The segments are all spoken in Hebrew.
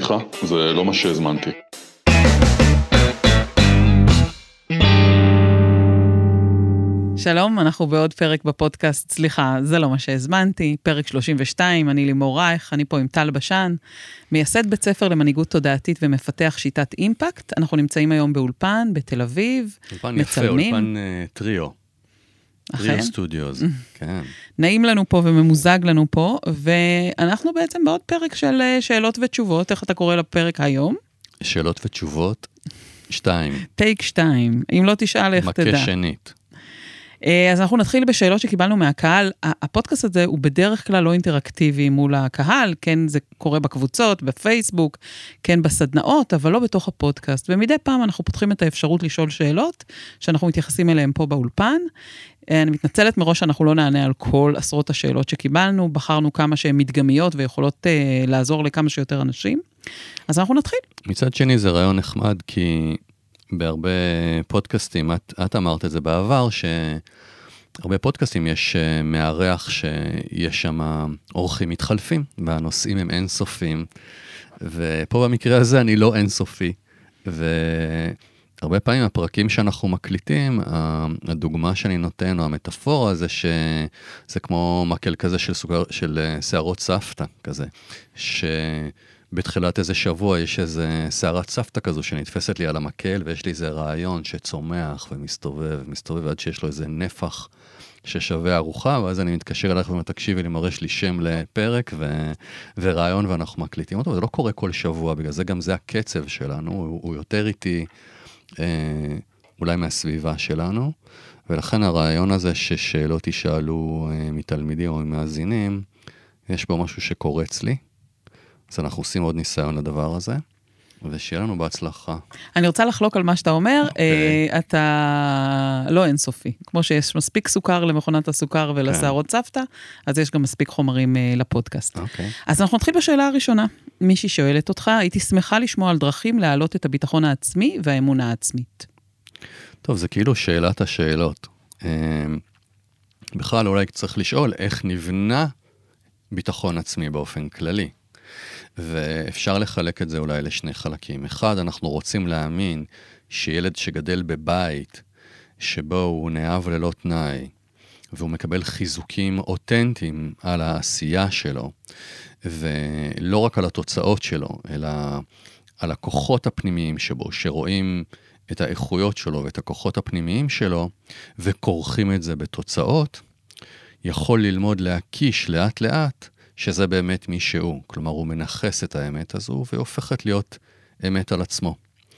סליחה, זה לא מה שהזמנתי. שלום, אנחנו בעוד פרק בפודקאסט, סליחה, זה לא מה שהזמנתי, פרק 32, אני לימור רייך, אני פה עם טל בשן, מייסד בית ספר למנהיגות תודעתית ומפתח שיטת אימפקט, אנחנו נמצאים היום באולפן, בתל אביב, אולפן יפה, אולפן טריו. טריו סטודיוז, כן. נעים לנו פה וממוזג לנו פה, ואנחנו בעצם בעוד פרק של שאלות ותשובות, איך אתה קורא לפרק היום? שאלות ותשובות, 2. טייק 2, אם לא תשאל איך תדע. מכה שנית. אז אנחנו נתחיל בשאלות שקיבלנו מהקהל. הפודקאסט הזה הוא בדרך כלל לא אינטראקטיבי מול הקהל, כן, זה קורה בקבוצות, בפייסבוק, כן, בסדנאות, אבל לא בתוך הפודקאסט. ומדי פעם אנחנו פותחים את האפשרות לשאול שאלות, שאנחנו מתייחסים אליהן פה באולפן. אני מתנצלת מראש שאנחנו לא נענה על כל עשרות השאלות שקיבלנו, בחרנו כמה שהן מדגמיות ויכולות לעזור לכמה שיותר אנשים. אז אנחנו נתחיל. מצד שני זה רעיון נחמד, כי בהרבה פודקאסטים, את אמרת את זה בעבר, שהרבה פודקאסטים יש מארח שיש שם אורחים מתחלפים, והנושאים הם אינסופיים, ופה במקרה הזה אני לא אינסופי, והרבה פעמים הפרקים שאנחנו מקליטים, הדוגמה שאני נותן, או המטאפורה, זה שזה כמו מקל כזה של שערות סבתא כזה, בתחילת איזה שבוע יש איזה שערת סבתא כזו שנתפסת לי על המקל, ויש לי איזה רעיון שצומח ומסתובב עד שיש לו איזה נפח ששווה ארוחה, ואז אני מתקשר אליך ומתקשיבי לי, מרש לי שם לפרק ורעיון, ואנחנו מקליטים אותו, וזה לא קורה כל שבוע, בגלל זה גם זה הקצב שלנו, הוא יותר איטי אולי מהסביבה שלנו, ולכן הרעיון הזה ששאלות ישאלו מתלמידים או ממאזינים, יש בו משהו שקורץ לי, אז אנחנו עושים עוד ניסיון לדבר הזה, ושיהיה לנו בהצלחה. אני רוצה לחלוק על מה שאתה אומר, אתה לא אינסופי. כמו שיש מספיק סוכר למכונת הסוכר ולשערות סבתא, אז יש גם מספיק חומרים לפודקאסט. אז אנחנו נתחיל בשאלה הראשונה. מישהי שואלת אותך, הייתי שמחה לשמוע על דרכים להעלות את הביטחון העצמי והאמונה העצמית. טוב, זה כאילו שאלת השאלות. בכלל אולי צריך לשאול איך נבנה ביטחון עצמי באופן כללי. ואפשר לחלק את זה אולי לשני חלקים. אחד, אנחנו רוצים להאמין שילד שגדל בבית, שבו הוא נאהב ללא תנאי, והוא מקבל חיזוקים אותנטיים על העשייה שלו, ולא רק על התוצאות שלו, אלא על הכוחות הפנימיים שבו, שרואים את האיכויות שלו ואת הכוחות הפנימיים שלו, וכורכים את זה בתוצאות, יכול ללמוד להקיש לאט לאט, שזה באמת מי שהוא. כלומר, הוא מנחס את האמת הזו, והופכת להיות אמת על עצמו.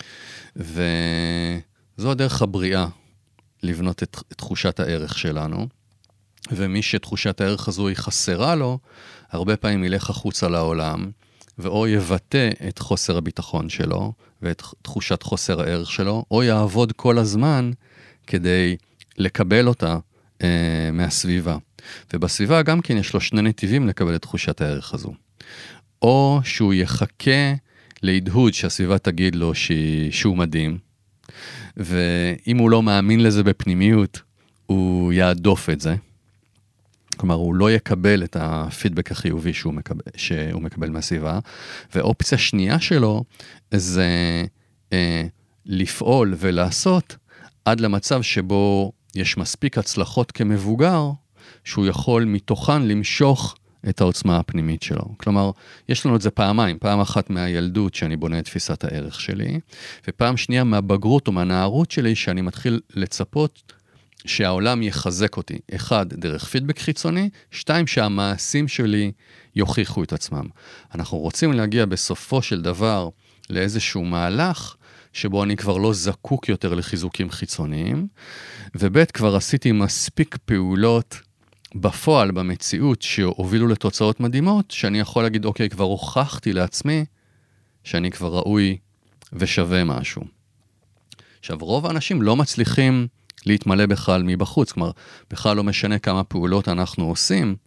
וזו הדרך הבריאה, לבנות את תחושת הערך שלנו, ומי שתחושת הערך הזו היא חסרה לו, הרבה פעמים ילך החוצה לעולם, ואו יבטא את חוסר הביטחון שלו, ואת תחושת חוסר הערך שלו, או יעבוד כל הזמן, כדי לקבל אותה מהסביבה. ובסביבה גם כן יש לו שני נתיבים לקבל את תחושת הערך הזו. או שהוא יחכה להדהוד שהסביבה תגיד לו שהוא מדהים, ואם הוא לא מאמין לזה בפנימיות, הוא יעדוף את זה. כלומר, הוא לא יקבל את הפידבק החיובי שהוא מקבל מהסביבה. ואופציה שנייה שלו זה לפעול ולעשות עד למצב שבו יש מספיק הצלחות כמבוגר, שהוא יכול מתוכן למשוך את העוצמה הפנימית שלו. כלומר, יש לנו את זה פעמיים, פעם אחת מהילדות שאני בונה את תפיסת הערך שלי, ופעם שנייה מהבגרות או מהנערות שלי, שאני מתחיל לצפות שהעולם יחזק אותי. 1, דרך פידבק חיצוני, 2, שהמעשים שלי יוכיחו את עצמם. אנחנו רוצים להגיע בסופו של דבר לאיזשהו מהלך, שבו אני כבר לא זקוק יותר לחיזוקים חיצוניים, וב' כבר עשיתי מספיק פעולות בפועל, במציאות, שהובילו לתוצאות מדהימות, שאני יכול להגיד, אוקיי, כבר הוכחתי לעצמי, שאני כבר ראוי ושווה משהו. עכשיו, רוב האנשים לא מצליחים להתמלא בכלל מבחוץ, כלומר, בכלל לא משנה כמה פעולות אנחנו עושים,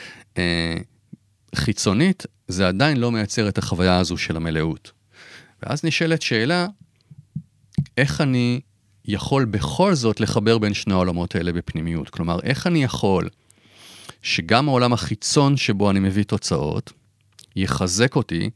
חיצונית, זה עדיין לא מייצר את החוויה הזו של המלאות. ואז נשאלת שאלה, איך אני יכול בכל זאת לחבר בין שני העולמות האלה בפנימיות? כלומר, איך אני יכול שגם העולם החיצון שבו אני מביא תוצאות, יחזק אותי,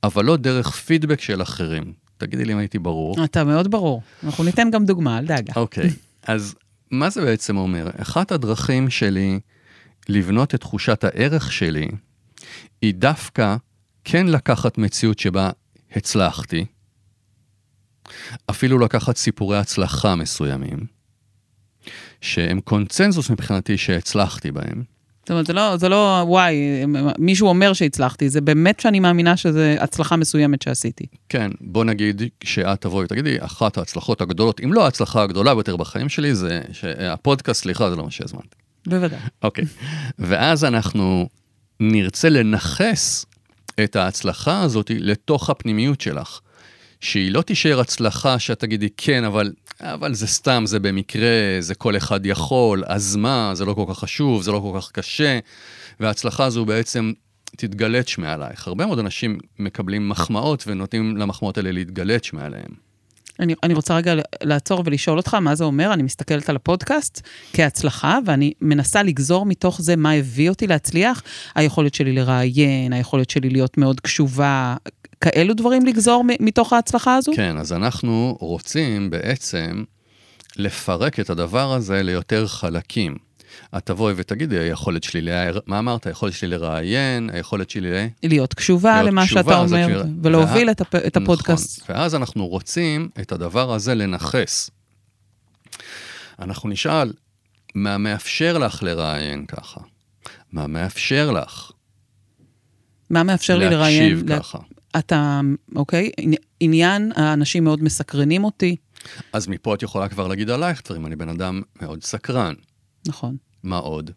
אבל לא דרך פידבק של אחרים. תגידי לי אם הייתי ברור. אתה מאוד ברור. אנחנו ניתן גם דוגמה, אל דאגה. אוקיי, אז מה זה בעצם אומר? אחת הדרכים שלי לבנות את תחושת הערך שלי, היא דווקא כן לקחת מציאות שבה הצלחתי, אפילו לקחת סיפורי הצלחה מסוימים, שהם קונצנזוס מבחינתי שהצלחתי בהם. זאת אומרת, זה לא וואי, מישהו אומר שהצלחתי, זה באמת שאני מאמינה שזה הצלחה מסוימת שעשיתי. כן, בוא נגיד שאת תבואי ותגידי, אחת ההצלחות הגדולות, אם לא ההצלחה הגדולה ביותר בחיים שלי, זה שהפודקאסט, סליחה, זה לא מה שהזמנתי. בוודאי. אוקיי. ואז אנחנו נרצה לנחס את ההצלחה הזאת לתוך הפנימיות שלך, שהיא לא תישאר הצלחה שאת תגידי, כן, אבל זה סתם, זה במקרה, זה כל אחד יכול, אז מה, זה לא כל כך חשוב, זה לא כל כך קשה, וההצלחה הזו בעצם תתגלץ' מעלייך. הרבה מאוד אנשים מקבלים מחמאות ונותנים למחמאות האלה להתגלץ' מעליהם. אני רוצה רגע לעצור ולשאול אותך מה זה אומר, אני מסתכלת על הפודקאסט כהצלחה, ואני מנסה לגזור מתוך זה מה הביא אותי להצליח, היכולת שלי לראיין, היכולת שלי להיות מאוד קשובה, כאלו דברים לגזור מתוך ההצלחה הזו? כן, אז אנחנו רוצים בעצם לפרק את הדבר הזה ליותר חלקים. את תבואי ותגידי, היכולת שלי, מה אמרת? היכולת שלי לראיין, היכולת שלי להיות קשובה למה שאתה אומר, ולהוביל את הפודקאסט. נכון, ואז אנחנו רוצים את הדבר הזה לנחס. אנחנו נשאל, מה מאפשר לך לראיין ככה? מה מאפשר לך? מה מאפשר לי לראיין? להקשיב ככה. אתה, אוקיי, עניין, האנשים מאוד מסקרנים אותי. אז מפה את יכולה כבר להגיד עלייך דברים, אני בן אדם מאוד סקרן. נכון. מה עוד?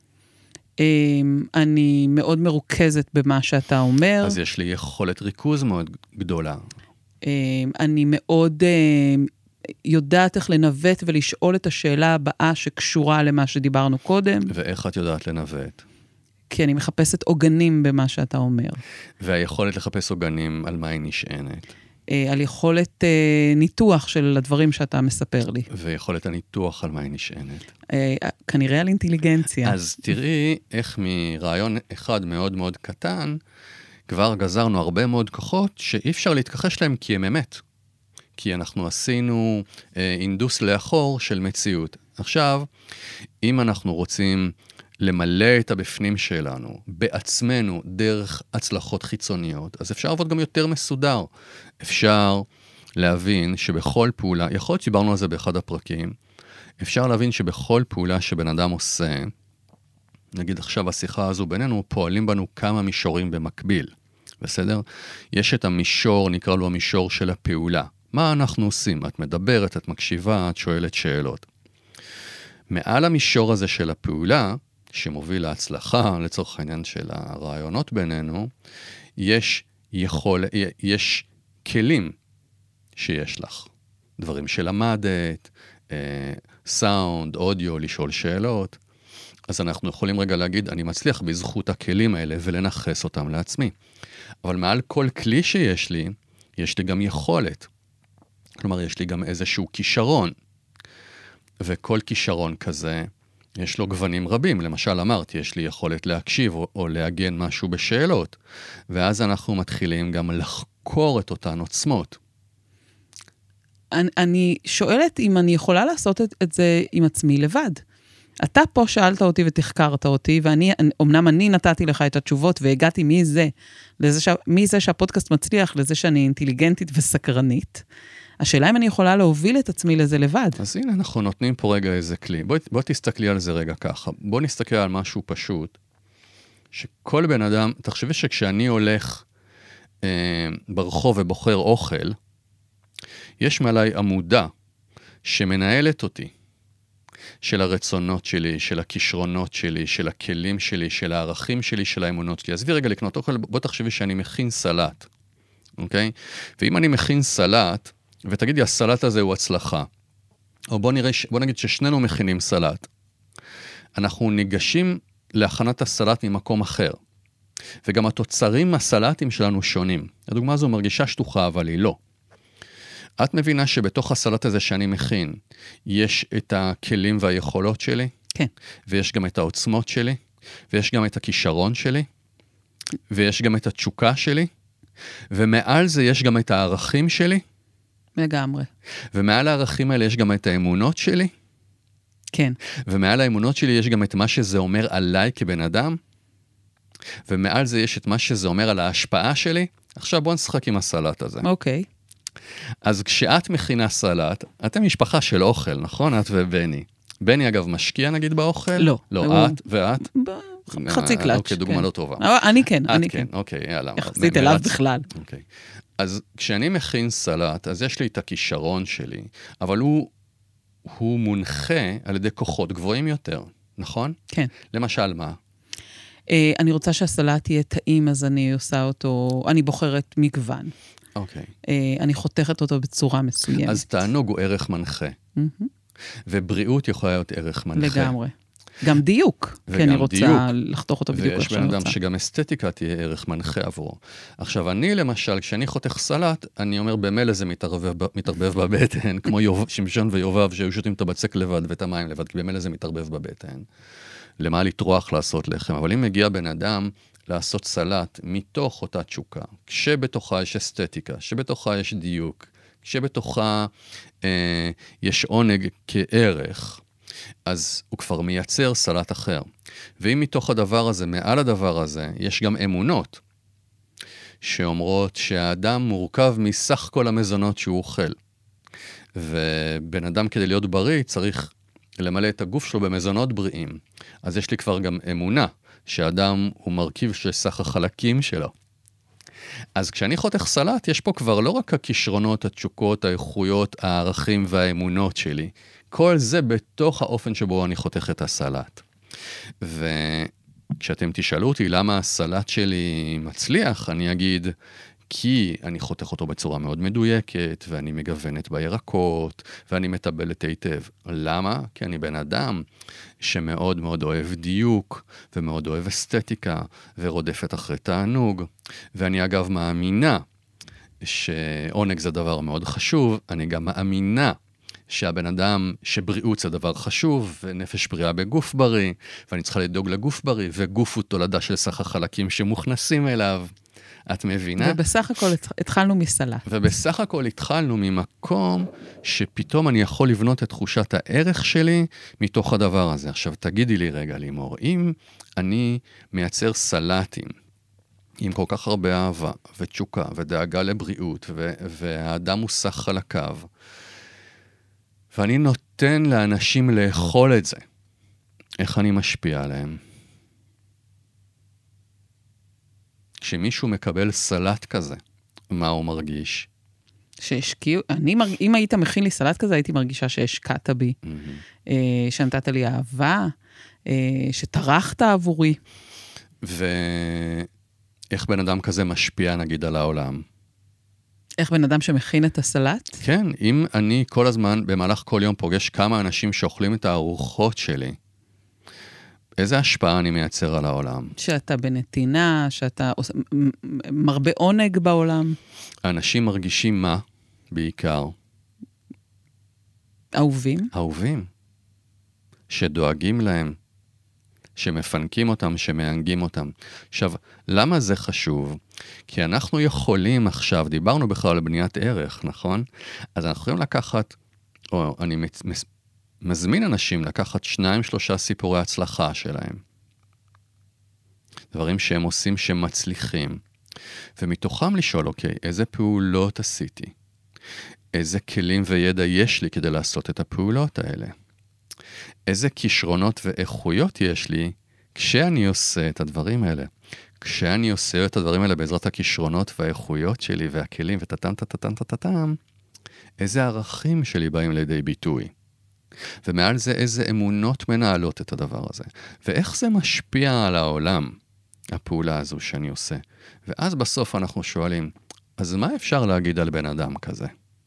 אני מאוד מרוכזת במה שאתה אומר. אז יש לי יכולת ריכוז מאוד גדולה. אני מאוד יודעת איך לנווט ולשאול את השאלה הבאה שקשורה למה שדיברנו קודם. ואיך את יודעת לנווט? כי אני מחפשת עוגנים במה שאתה אומר. והיכולת לחפש עוגנים, על מה היא נשענת? על יכולת ניתוח של הדברים שאתה מספר לי. ויכולת הניתוח, על מה היא נשענת? כנראה על אינטליגנציה. אז תראי איך מרעיון אחד מאוד מאוד קטן, כבר גזרנו הרבה מאוד כוחות שאי אפשר להתכחש להם כי הם אמת. כי אנחנו עשינו אינדוס לאחור של מציאות. עכשיו, אם אנחנו רוצים למלא את הבפנים שלנו, בעצמנו, דרך הצלחות חיצוניות, אז אפשר לעבוד גם יותר מסודר. אפשר להבין שבכל פעולה, יכול להיות שדיברנו על זה באחד הפרקים, אפשר להבין שבכל פעולה שבן אדם עושה, נגיד עכשיו השיחה הזו בינינו, פועלים בנו כמה מישורים במקביל, בסדר? יש את המישור, נקרא לו המישור של הפעולה. מה אנחנו עושים? את מדברת, את מקשיבה, את שואלת שאלות. מעל המישור הזה של הפעולה, שמוביל להצלחה, לצורך העניין של הרעיונות בינינו, יש כלים שיש לך. דברים שלמדת, סאונד, אודיו, לשאול שאלות. אז אנחנו יכולים רגע להגיד, אני מצליח בזכות הכלים האלה ולנחס אותם לעצמי. אבל מעל כל כלי שיש לי, יש לי גם יכולת. כלומר, יש לי גם איזשהו כישרון. וכל כישרון כזה, יש לו גוונים רבים. למשל, אמרתי, יש לי יכולת להקשיב או להגן משהו בשאלות. ואז אנחנו מתחילים גם לחקור את אותן עוצמות. אני שואלת אם אני יכולה לעשות את זה עם עצמי לבד. אתה פה שאלת אותי ותחקרת אותי, אמנם אני נתתי לך את התשובות והגעתי מזה שהפודקאסט מצליח לזה שאני אינטליגנטית וסקרנית. השאלה אם אני יכולה להוביל את עצמי לזה לבד. אז הנה אנחנו נותנים פה רגע איזה כלי. בוא תסתכלי על זה רגע ככה. בוא נסתכל על משהו פשוט, שכל בן אדם, תחשבי שכשאני הולך ברחוב ובוחר אוכל, יש מעליי עמודה שמנהלת אותי, של הרצונות שלי, של הכישרונות שלי, של הכלים שלי, של הערכים שלי, של האמונות שלי. עזבי רגע לקנות אוכל, בוא תחשבי שאני מכין סלט, אוקיי? ואם אני מכין סלט, ותגידי, הסלט הזה הוא הצלחה, או בוא נגיד ששנינו מכינים סלט, אנחנו ניגשים להכנת הסלט ממקום אחר, וגם התוצרים מהסלטים שלנו שונים. הדוגמה הזו מרגישה שטוחה, אבל היא לא. את מבינה שבתוך הסלט הזה שאני מכין, יש את הכלים והיכולות שלי? כן. ויש גם את העוצמות שלי, ויש גם את הכישרון שלי, ויש גם את התשוקה שלי, ומעל זה יש גם את הערכים שלי, לגמרי. ומעל הערכים האלה יש גם את האמונות שלי, כן. ומעל האמונות שלי יש גם את מה שזה אומר עליי כבן אדם, ומעל זה יש את מה שזה אומר על ההשפעה שלי. עכשיו בוא נשחק עם הסלט הזה. אוקיי. אז כשאת מכינה סלט, אתם משפחה של אוכל, נכון? את ובני. בני אגב משקיע נגיד באוכל? לא. לא, את ואת? חצי קלאץ'. אוקיי, דוגמה לא טובה. אני כן, את כן, אוקיי, יאללה. יחסית אליו בכלל. אוקיי. אז כשאני מכין סלט, אז יש לי את הכישרון שלי, אבל הוא מונחה על ידי כוחות גבוהים יותר, נכון? כן. למשל מה? אני רוצה שהסלט יהיה טעים, אז אני עושה אותו, אני בוחרת מגוון. אוקיי. אני חותכת אותו בצורה מסוימת. אז תענוג הוא ערך מנחה. ובריאות יכולה להיות ערך מנחה. לגמרי. גם דיוק, כי אני רוצה לחתוך אותו בדיוק איך שאני רוצה. ויש בן אדם שגם אסתטיקה תהיה ערך מנחה עבורו. עכשיו, אני למשל, כשאני חותך סלט, אני אומר, במילא זה מתערבב בבטן, כמו שמשון ויובב, שהיו שותים את הבצק לבד ואת המים לבד, כי במילא זה מתערבב בבטן. למה לטרוח לעשות לחם? אבל אם מגיע בן אדם לעשות סלט מתוך אותה תשוקה, כשבתוכה יש אסתטיקה, שבתוכה יש דיוק, כשבתוכה יש עונג כערך, אז הוא כבר מייצר סלט אחר. ואם מתוך הדבר הזה, מעל הדבר הזה, יש גם אמונות, שאומרות שהאדם מורכב מסך כל המזונות שהוא אוכל. ובן אדם כדי להיות בריא צריך למלא את הגוף שלו במזונות בריאים. אז יש לי כבר גם אמונה שהאדם הוא מרכיב של סך החלקים שלו. אז כשאני חותך סלט, יש פה כבר לא רק הכישרונות, התשוקות, האיכויות, הערכים והאמונות שלי. כל זה בתוך האופן שבו אני חותך את הסלט. וכשאתם תשאלו אותי למה הסלט שלי מצליח, אני אגיד, כי אני חותך אותו בצורה מאוד מדויקת, ואני מגוונת בירקות, ואני מטבלת היטב. למה? כי אני בן אדם שמאוד מאוד אוהב דיוק, ומאוד אוהב אסתטיקה, ורודפת אחרי תענוג. ואני אגב מאמינה שעונג זה דבר מאוד חשוב, אני גם מאמינה שהבן אדם, שבריאות זה דבר חשוב, ונפש בריאה בגוף בריא, ואני צריכה לדאוג לגוף בריא, וגוף הוא תולדה של סך החלקים שמוכנסים אליו. את מבינה? ובסך הכל התחלנו מסלט. ובסך הכל התחלנו ממקום שפתאום אני יכול לבנות את תחושת הערך שלי מתוך הדבר הזה. עכשיו תגידי לי רגע לימור, אם אני מייצר סלטים עם כל כך הרבה אהבה ותשוקה ודאגה לבריאות והאדם הוא סך חלקיו, ואני נותן לאנשים לאכול את זה, איך אני משפיע עליהם? כשמישהו מקבל סלט כזה, מה הוא מרגיש? שהשקיעו, אם היית מכין לי סלט כזה, הייתי מרגישה שהשקעת בי, שנתת לי אהבה, שטרחת עבורי. ואיך בן אדם כזה משפיע נגיד על העולם? איך בן אדם שמכין את הסלט? כן, אם אני כל הזמן, במהלך כל יום פוגש כמה אנשים שאוכלים את הארוחות שלי, איזה השפעה אני מייצר על העולם? שאתה בנתינה, שאתה מרבה עונג בעולם. האנשים מרגישים מה? בעיקר. אהובים. אהובים. שדואגים להם. שמפנקים אותם, שמענגים אותם. עכשיו, למה זה חשוב? כי אנחנו יכולים עכשיו, דיברנו בכלל על בניית ערך, נכון? אז אנחנו יכולים לקחת, או אני מזמין אנשים לקחת 2-3 סיפורי הצלחה שלהם. דברים שהם עושים שמצליחים. ומתוכם לשאול, אוקיי, איזה פעולות עשיתי? איזה כלים וידע יש לי כדי לעשות את הפעולות האלה? איזה כישרונות ואיכויות יש לי כשאני עושה את הדברים האלה? כשאני עושה את הדברים האלה בעזרת הכישרונות והאיכויות שלי והכלים וטטם, איזה ערכים שלי באים לידי ביטוי? ומעל זה איזה אמונות מנהלות את הדבר הזה. ואיך זה משפיע על העולם, הפעולה הזו שאני עושה. ואז בסוף אנחנו שואלים, אז מה אפשר להגיד על בן אדם כזה?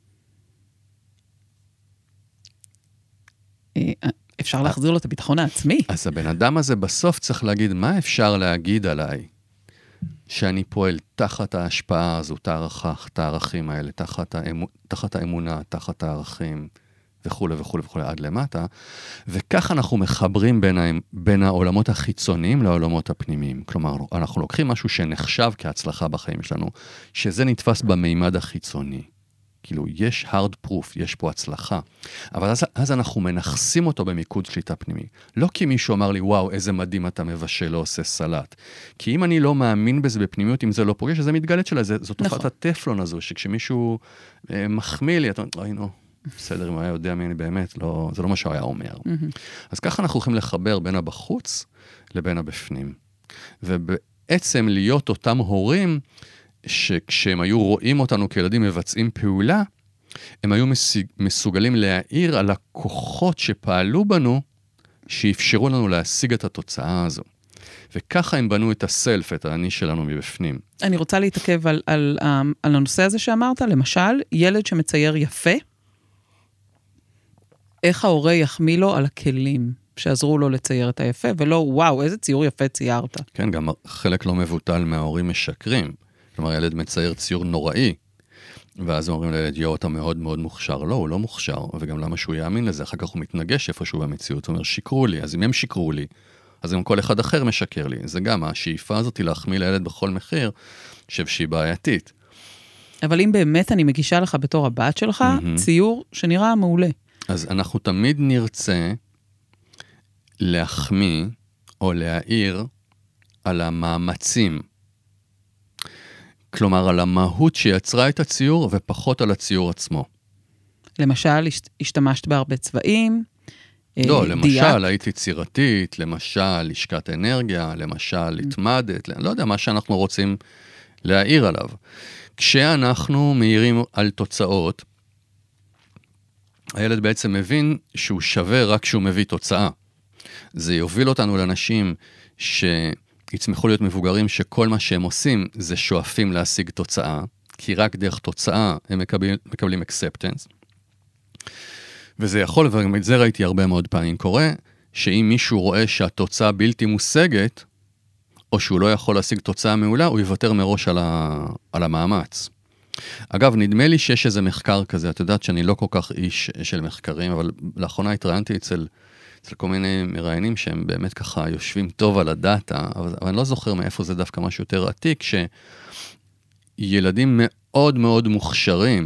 אפשר להחזיר לו את הביטחון העצמי. אז הבן אדם הזה בסוף צריך להגיד, מה אפשר להגיד עליי? שאני פועל תחת ההשפעה הזו, את הערכים האלה, תחת האמונה, תחת הערכים, וכו' וכו' וכו' עד למטה, וכך אנחנו מחברים בין העולמות החיצוניים לעולמות הפנימיים. כלומר, אנחנו לוקחים משהו שנחשב כהצלחה בחיים שלנו, שזה נתפס במימד החיצוני. כאילו, יש hard proof, יש פה הצלחה. אבל אז אנחנו מנחסים אותו במיקוד שליטה פנימי. לא כי מישהו אמר לי, וואו, איזה מדהים אתה מבשל או עושה סלט. כי אם אני לא מאמין בזה בפנימיות, אם זה לא פוגש, זה מתגלת שלה, זו תופעת הטפלון הזו, שכשמישהו מחמיא לי, אתה אומר, אוי, נו, בסדר, אם הוא היה יודע מי אני באמת, זה לא מה שהוא היה אומר. אז ככה אנחנו הולכים לחבר בין הבחוץ לבין הבפנים. ובעצם להיות אותם הורים, שכשהם היו רואים אותנו כילדים מבצעים פעולה, הם היו מסוגלים להעיר על הכוחות שפעלו בנו, שאפשרו לנו להשיג את התוצאה הזו. וככה הם בנו את הסלף, את האני שלנו מבפנים. אני רוצה להתעכב על הנושא הזה שאמרת, למשל, ילד שמצייר יפה, איך ההורה יחמיא לו על הכלים שעזרו לו לצייר את היפה, ולא, וואו, איזה ציור יפה ציירת. כן, גם חלק לא מבוטל מההורים משקרים. כלומר, ילד מצייר ציור נוראי, ואז אומרים לילד, יו, אתה מאוד מאוד מוכשר. לא, הוא לא מוכשר, וגם למה שהוא יאמין לזה, אחר כך הוא מתנגש איפשהו במציאות, הוא אומר, שיקרו לי, אז אם הם שיקרו לי, אז גם כל אחד אחר משקר לי. זה גם, השאיפה הזאת היא להחמיא לילד בכל מחיר, שהיא בעייתית. אבל אם באמת אני מגישה לך בתור הבת שלך, ציור שנראה מעולה. אז אנחנו תמיד נרצה להחמיא, או להעיר, על המאמצים, כלומר, על המהות שיצרה את הציור, ופחות על הציור עצמו. למשל, השתמשת בהרבה צבעים, לא, למשל, הייתי צירתית, למשל, לשקת אנרגיה, למשל, התמדת, לא יודע, מה שאנחנו רוצים להעיר עליו. כשאנחנו מעירים על תוצאות, הילד בעצם מבין שהוא שווה רק כשהוא מביא תוצאה. זה יוביל אותנו לאנשים יצמחו להיות מבוגרים שכל מה שהם עושים זה שואפים להשיג תוצאה, כי רק דרך תוצאה הם מקבלים acceptance. וזה יכול, וגם את זה ראיתי הרבה מאוד פעמים קורה, שאם מישהו רואה שהתוצאה בלתי מושגת, או שהוא לא יכול להשיג תוצאה מעולה, הוא יוותר מראש על המאמץ. אגב, נדמה לי שיש איזה מחקר כזה, את יודעת שאני לא כל כך איש של מחקרים, אבל לאחרונה התראיינתי אצל כל מיני מראיינים שהם באמת ככה יושבים טוב על הדאטה, אבל אני לא זוכר מאיפה זה דווקא משהו יותר עתיק, שילדים מאוד מאוד מוכשרים,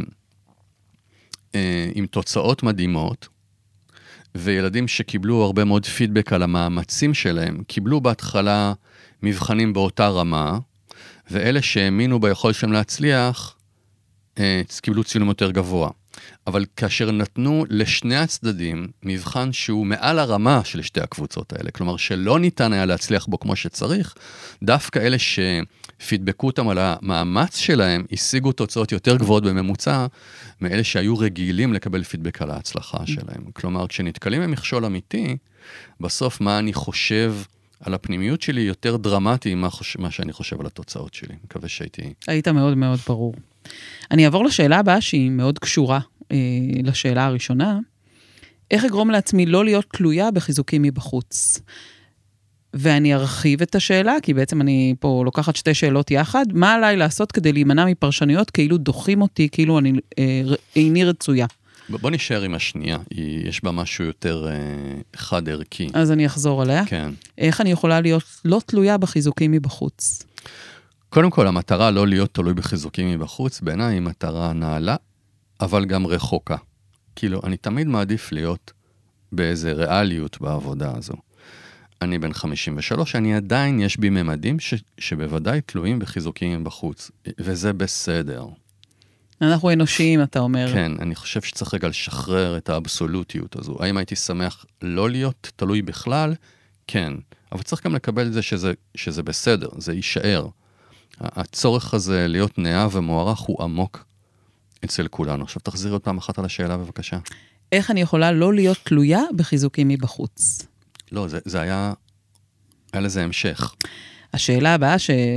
עם תוצאות מדהימות, וילדים שקיבלו הרבה מאוד פידבק על המאמצים שלהם, קיבלו בהתחלה מבחנים באותה רמה, ואלה שהאמינו ביכולת שלהם להצליח, קיבלו ציונים יותר גבוה. אבל כאשר נתנו לשני הצדדים מבחן שהוא מעל הרמה של שתי הקבוצות האלה, כלומר שלא ניתן היה להצליח בו כמו שצריך, דווקא אלה שפידבקו אותם על המאמץ שלהם, השיגו תוצאות יותר גבוהות בממוצע, מאלה שהיו רגילים לקבל פידבק על ההצלחה שלהם. כלומר, כשנתקלים במכשול אמיתי, בסוף מה אני חושב על הפנימיות שלי יותר דרמטי מה שאני חושב על התוצאות שלי. מקווה שהייתי... היית מאוד מאוד ברור. אני אעבור לשאלה הבאה שהיא מאוד קשורה לשאלה הראשונה. איך אגרום לעצמי לא להיות תלויה בחיזוקים מבחוץ? ואני ארחיב את השאלה, כי בעצם אני פה לוקחת שתי שאלות יחד. מה עליי לעשות כדי להימנע מפרשנויות כאילו דוחים אותי, כאילו אני איני רצויה? בוא נשאר עם השנייה, יש בה משהו יותר חד ערכי. אז אני אחזור עליה. כן. איך אני יכולה להיות לא תלויה בחיזוקים מבחוץ? קודם כל, המטרה לא להיות תלוי בחיזוקים מבחוץ, בעיניי היא מטרה נעלה, אבל גם רחוקה. כאילו, אני תמיד מעדיף להיות באיזה ריאליות בעבודה הזו. אני בן 53, אני עדיין יש בי ממדים שבוודאי תלויים בחיזוקים מבחוץ, וזה בסדר. אנחנו אנושיים, אתה אומר. כן, אני חושב שצריך רגע לשחרר את האבסולוטיות הזו. האם הייתי שמח לא להיות תלוי בכלל? כן. אבל צריך גם לקבל את זה שזה בסדר, זה יישאר. הצורך הזה להיות נאה ומוערך הוא עמוק אצל כולנו. עכשיו תחזיר עוד פעם אחת על השאלה בבקשה. איך אני יכולה לא להיות תלויה בחיזוקים מבחוץ? לא, זה היה לזה המשך. השאלה הבאה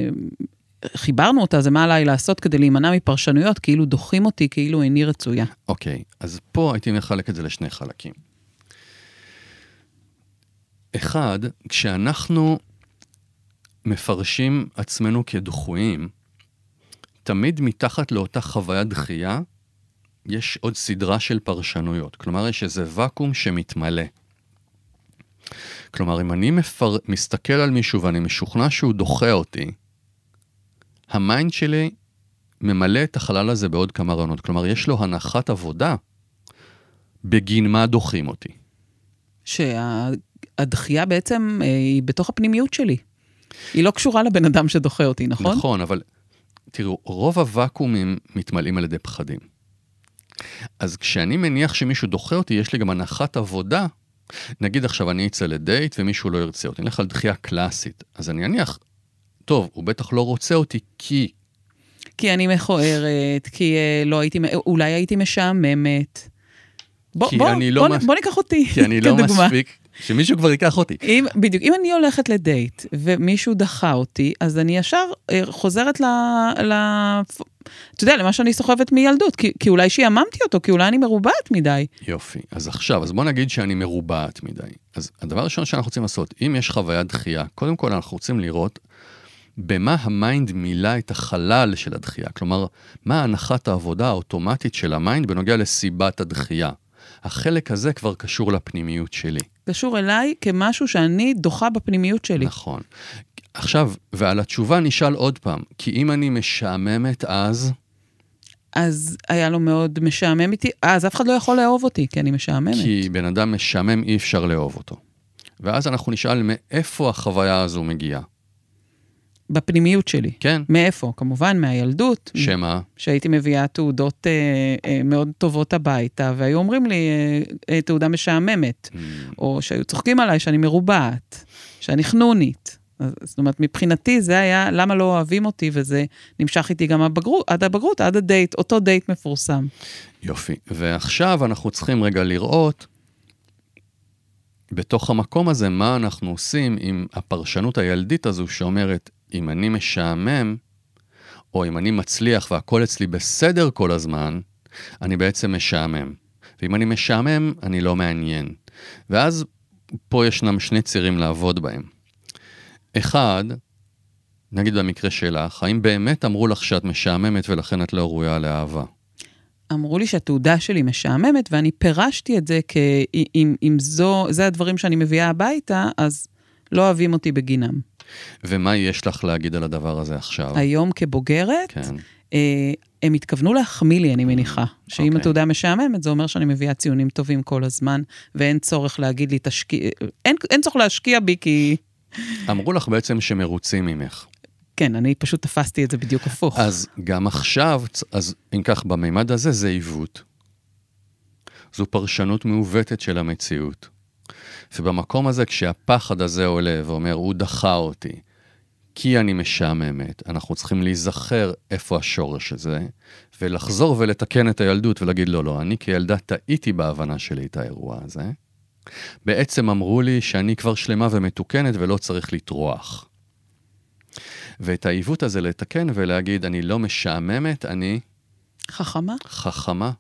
שחיברנו אותה, זה מה עליי לעשות כדי להימנע מפרשנויות, כאילו דוחים אותי, כאילו איני רצויה. אוקיי, אז פה הייתי מחלק את זה לשני חלקים. אחד, כשאנחנו מפרשים עצמנו כדחויים, תמיד מתחת לאותה חוויה דחייה, יש עוד סדרה של פרשנויות. כלומר, יש איזה וקום שמתמלא. כלומר, אם אני מסתכל על מישהו ואני משוכנע שהוא דוחה אותי, המיינד שלי ממלא את החלל הזה בעוד כמה רעיונות. כלומר, יש לו הנחת עבודה בגין מה דוחים אותי. שהדחייה בעצם היא בתוך הפנימיות שלי. היא לא קשורה לבן אדם שדוחה אותי, נכון? נכון, אבל תראו, רוב הוואקומים מתמלאים על ידי פחדים. אז כשאני מניח שמישהו דוחה אותי, יש לי גם הנחת עבודה. נגיד עכשיו אני אצא לדייט ומישהו לא ירצה אותי. אני הולך על דחייה קלאסית. אז אני אניח, טוב, הוא בטח לא רוצה אותי כי אני מכוערת, כי אולי הייתי משעממת. בוא ניקח אותי כדוגמה. כי אני לא מספיק, שמישהו כבר ייקח אותי. בדיוק, אם אני הולכת לדייט ומישהו דחה אותי, אז אני ישר חוזרת אתה יודע, למה שאני סוחבת מילדות, כי אולי שיעממתי אותו, כי אולי אני מרובעת מדי. יופי, אז בוא נגיד שאני מרובעת מדי. אז הדבר הראשון שאנחנו רוצים לעשות, אם יש חוויית דחייה, קודם כל אנחנו רוצים לראות במה המיינד מילא את החלל של הדחייה. כלומר, מה הנחת העבודה האוטומטית של המיינד בנוגע לסיבת הדחייה. החלק הזה כבר קשור לפנימיות שלי. קשור אליי כמשהו שאני דוחה בפנימיות שלי. נכון. עכשיו, ועל התשובה נשאל עוד פעם, כי אם אני משעממת אז היה לו מאוד משעמם איתי, אז אף אחד לא יכול לאהוב אותי, כי אני משעממת. כי בן אדם משעמם אי אפשר לאהוב אותו. ואז אנחנו נשאל מאיפה החוויה הזו מגיעה. בפנימיות שלי. כן. מאיפה? כמובן, מהילדות. שמה? שהייתי מביאה תעודות מאוד טובות הביתה, והיו אומרים לי, תעודה משעממת. או שהיו צוחקים עליי שאני מרובעת, שאני חנונית. זאת אומרת, מבחינתי זה היה, למה לא אוהבים אותי, וזה נמשך איתי גם עד הבגרות, עד הדייט, אותו דייט מפורסם. יופי. ועכשיו אנחנו צריכים רגע לראות, בתוך המקום הזה, מה אנחנו עושים עם הפרשנות הילדית הזו שאומרת, אם אני משעמם, או אם אני מצליח והכל אצלי בסדר כל הזמן, אני בעצם משעמם. ואם אני משעמם, אני לא מעניין. ואז פה ישנם שני צירים לעבוד בהם. אחד, נגיד במקרה שלך, האם באמת אמרו לך שאת משעממת ולכן את לא ראויה לאהבה? אמרו לי שהתעודה שלי משעממת, ואני פירשתי את זה אם זה הדברים שאני מביאה הביתה, אז לא אוהבים אותי בגינם. ומה יש לך להגיד על הדבר הזה עכשיו? היום כבוגרת, כן. הם התכוונו להחמיא לי, אני מניחה. שאם התעודה משעממת, זה אומר שאני מביאה ציונים טובים כל הזמן, ואין צורך להגיד לי, אין צורך להשקיע בי, כי... אמרו לך בעצם שמרוצים ממך. כן, אני פשוט תפסתי את זה בדיוק הפוך. אז גם עכשיו, אז אם כך, במימד הזה זה עיוות. זו פרשנות מעוותת של המציאות. ובמקום הזה, כשהפחד הזה עולה ואומר, הוא דחה אותי, כי אני משעממת, אנחנו צריכים להיזכר איפה השורש הזה, ולחזור ולתקן את הילדות ולהגיד, לא, אני כילדה טעיתי בהבנה שלי את האירוע הזה. בעצם אמרו לי שאני כבר שלמה ומתוקנת ולא צריך לטרוח. ואת העיוות הזה לתקן ולהגיד, אני לא משעממת, אני... חכמה? חכמה.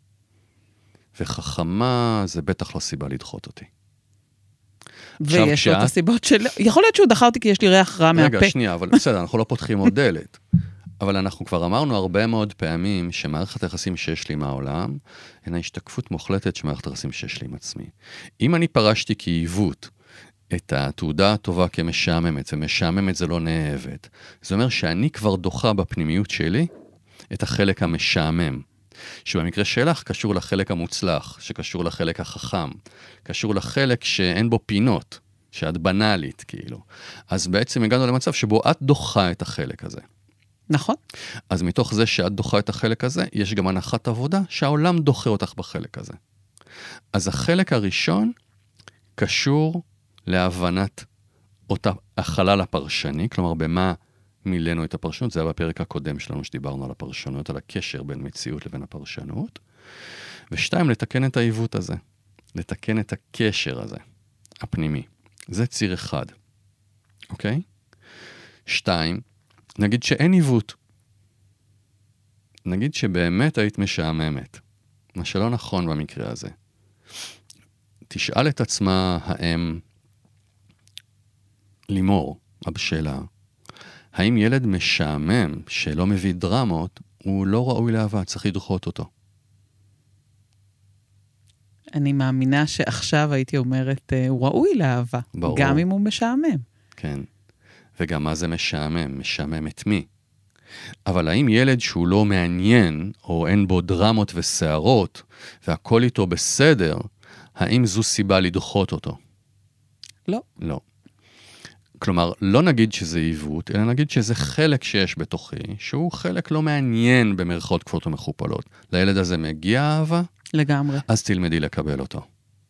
וחכמה זה בטח לא סיבה לדחות אותי. ויש לו את הסיבות של... יכול להיות שהוא דחה אותי כי יש לי ריח רע מהפה. רגע, שנייה, אבל בסדר, אנחנו לא פותחים עוד דלת. אבל אנחנו כבר אמרנו הרבה מאוד פעמים שמערכת היחסים שיש לי מהעולם, הנה השתקפות מוחלטת שמערכת היחסים שיש לי עם עצמי. אם אני פרשתי כעיוות את התעודה הטובה כמשעממת, ומשעממת זה לא נאהבת, זה אומר שאני כבר דוחה בפנימיות שלי את החלק המשעמם. שבמקרה שלך קשור לחלק המוצלח, שקשור לחלק החכם, קשור לחלק שאין בו פינות, שאת בנאלית כאילו. אז בעצם הגענו למצב שבו את דוחה את החלק הזה. נכון. אז מתוך זה שאת דוחה את החלק הזה, יש גם הנחת עבודה שהעולם דוחה אותך בחלק הזה. אז החלק הראשון קשור להבנת אותה החלל הפרשני, כלומר במה מילאנו את הפרשנות, זה היה בפרק הקודם שלנו שדיברנו על הפרשנות, על הקשר בין מציאות לבין הפרשנות. ושתיים, לתקן את העיוות הזה, לתקן את הקשר הזה, הפנימי. זה ציר אחד, אוקיי? שתיים, נגיד שאין עיוות. נגיד שבאמת היית משעממת, מה שלא נכון במקרה הזה. תשאל את עצמה האם לימור, הבשלה, האם ילד משעמם שלא מביא דרמות, הוא לא ראוי לאהבה, צריך לדחות אותו. אני מאמינה שעכשיו הייתי אומרת, הוא ראוי לאהבה. ברור. גם אם הוא משעמם. כן. וגם מה זה משעמם? משעמם את מי? אבל האם ילד שהוא לא מעניין, או אין בו דרמות ושערות, והכל איתו בסדר, האם זו סיבה לדחות אותו? לא. לא. כלומר, לא נגיד שזה עיוות, אלא נגיד שזה חלק שיש בתוכי, שהוא חלק לא מעניין במרכאות כפולות ומכופלות. לילד הזה מגיע אהבה? לגמרי. אז תלמדי לקבל אותו.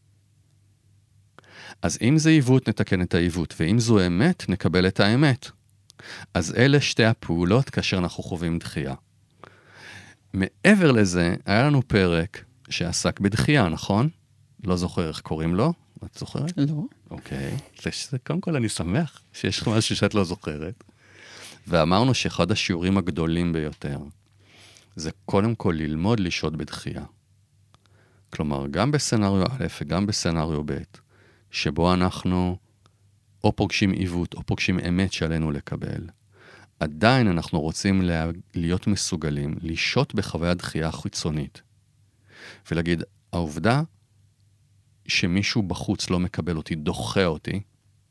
אז אם זה עיוות, נתקן את העיוות, ואם זו אמת, נקבל את האמת. אז אלה שתי הפעולות כאשר אנחנו חווים דחייה. מעבר לזה, היה לנו פרק שעסק בדחייה, נכון? לא זוכר איך קוראים לו? את זוכרת? לא. אוקיי. קודם כל אני שמח שיש לך משהו שאת לא זוכרת. ואמרנו שאחד השיעורים הגדולים ביותר, זה קודם כל ללמוד לשהות בדחייה. כלומר, גם בסצנריו א' וגם בסצנריו ב', שבו אנחנו או פוגשים עיוות או פוגשים אמת שעלינו לקבל, עדיין אנחנו רוצים להיות מסוגלים לשהות בחוויה דחייה חיצונית. ולהגיד, העובדה שמישהו בחוץ לא מקבל אותי, דוחה אותי,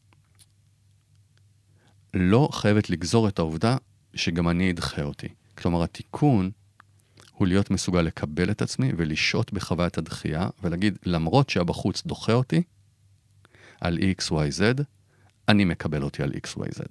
לא חייבת לגזור את העובדה שגם אני אדחה אותי. כלומר, התיקון הוא להיות מסוגל לקבל את עצמי ולשהות בחוויית הדחייה, ולהגיד, למרות שהבחוץ דוחה אותי, על XYZ, אני מקבל אותי על XYZ.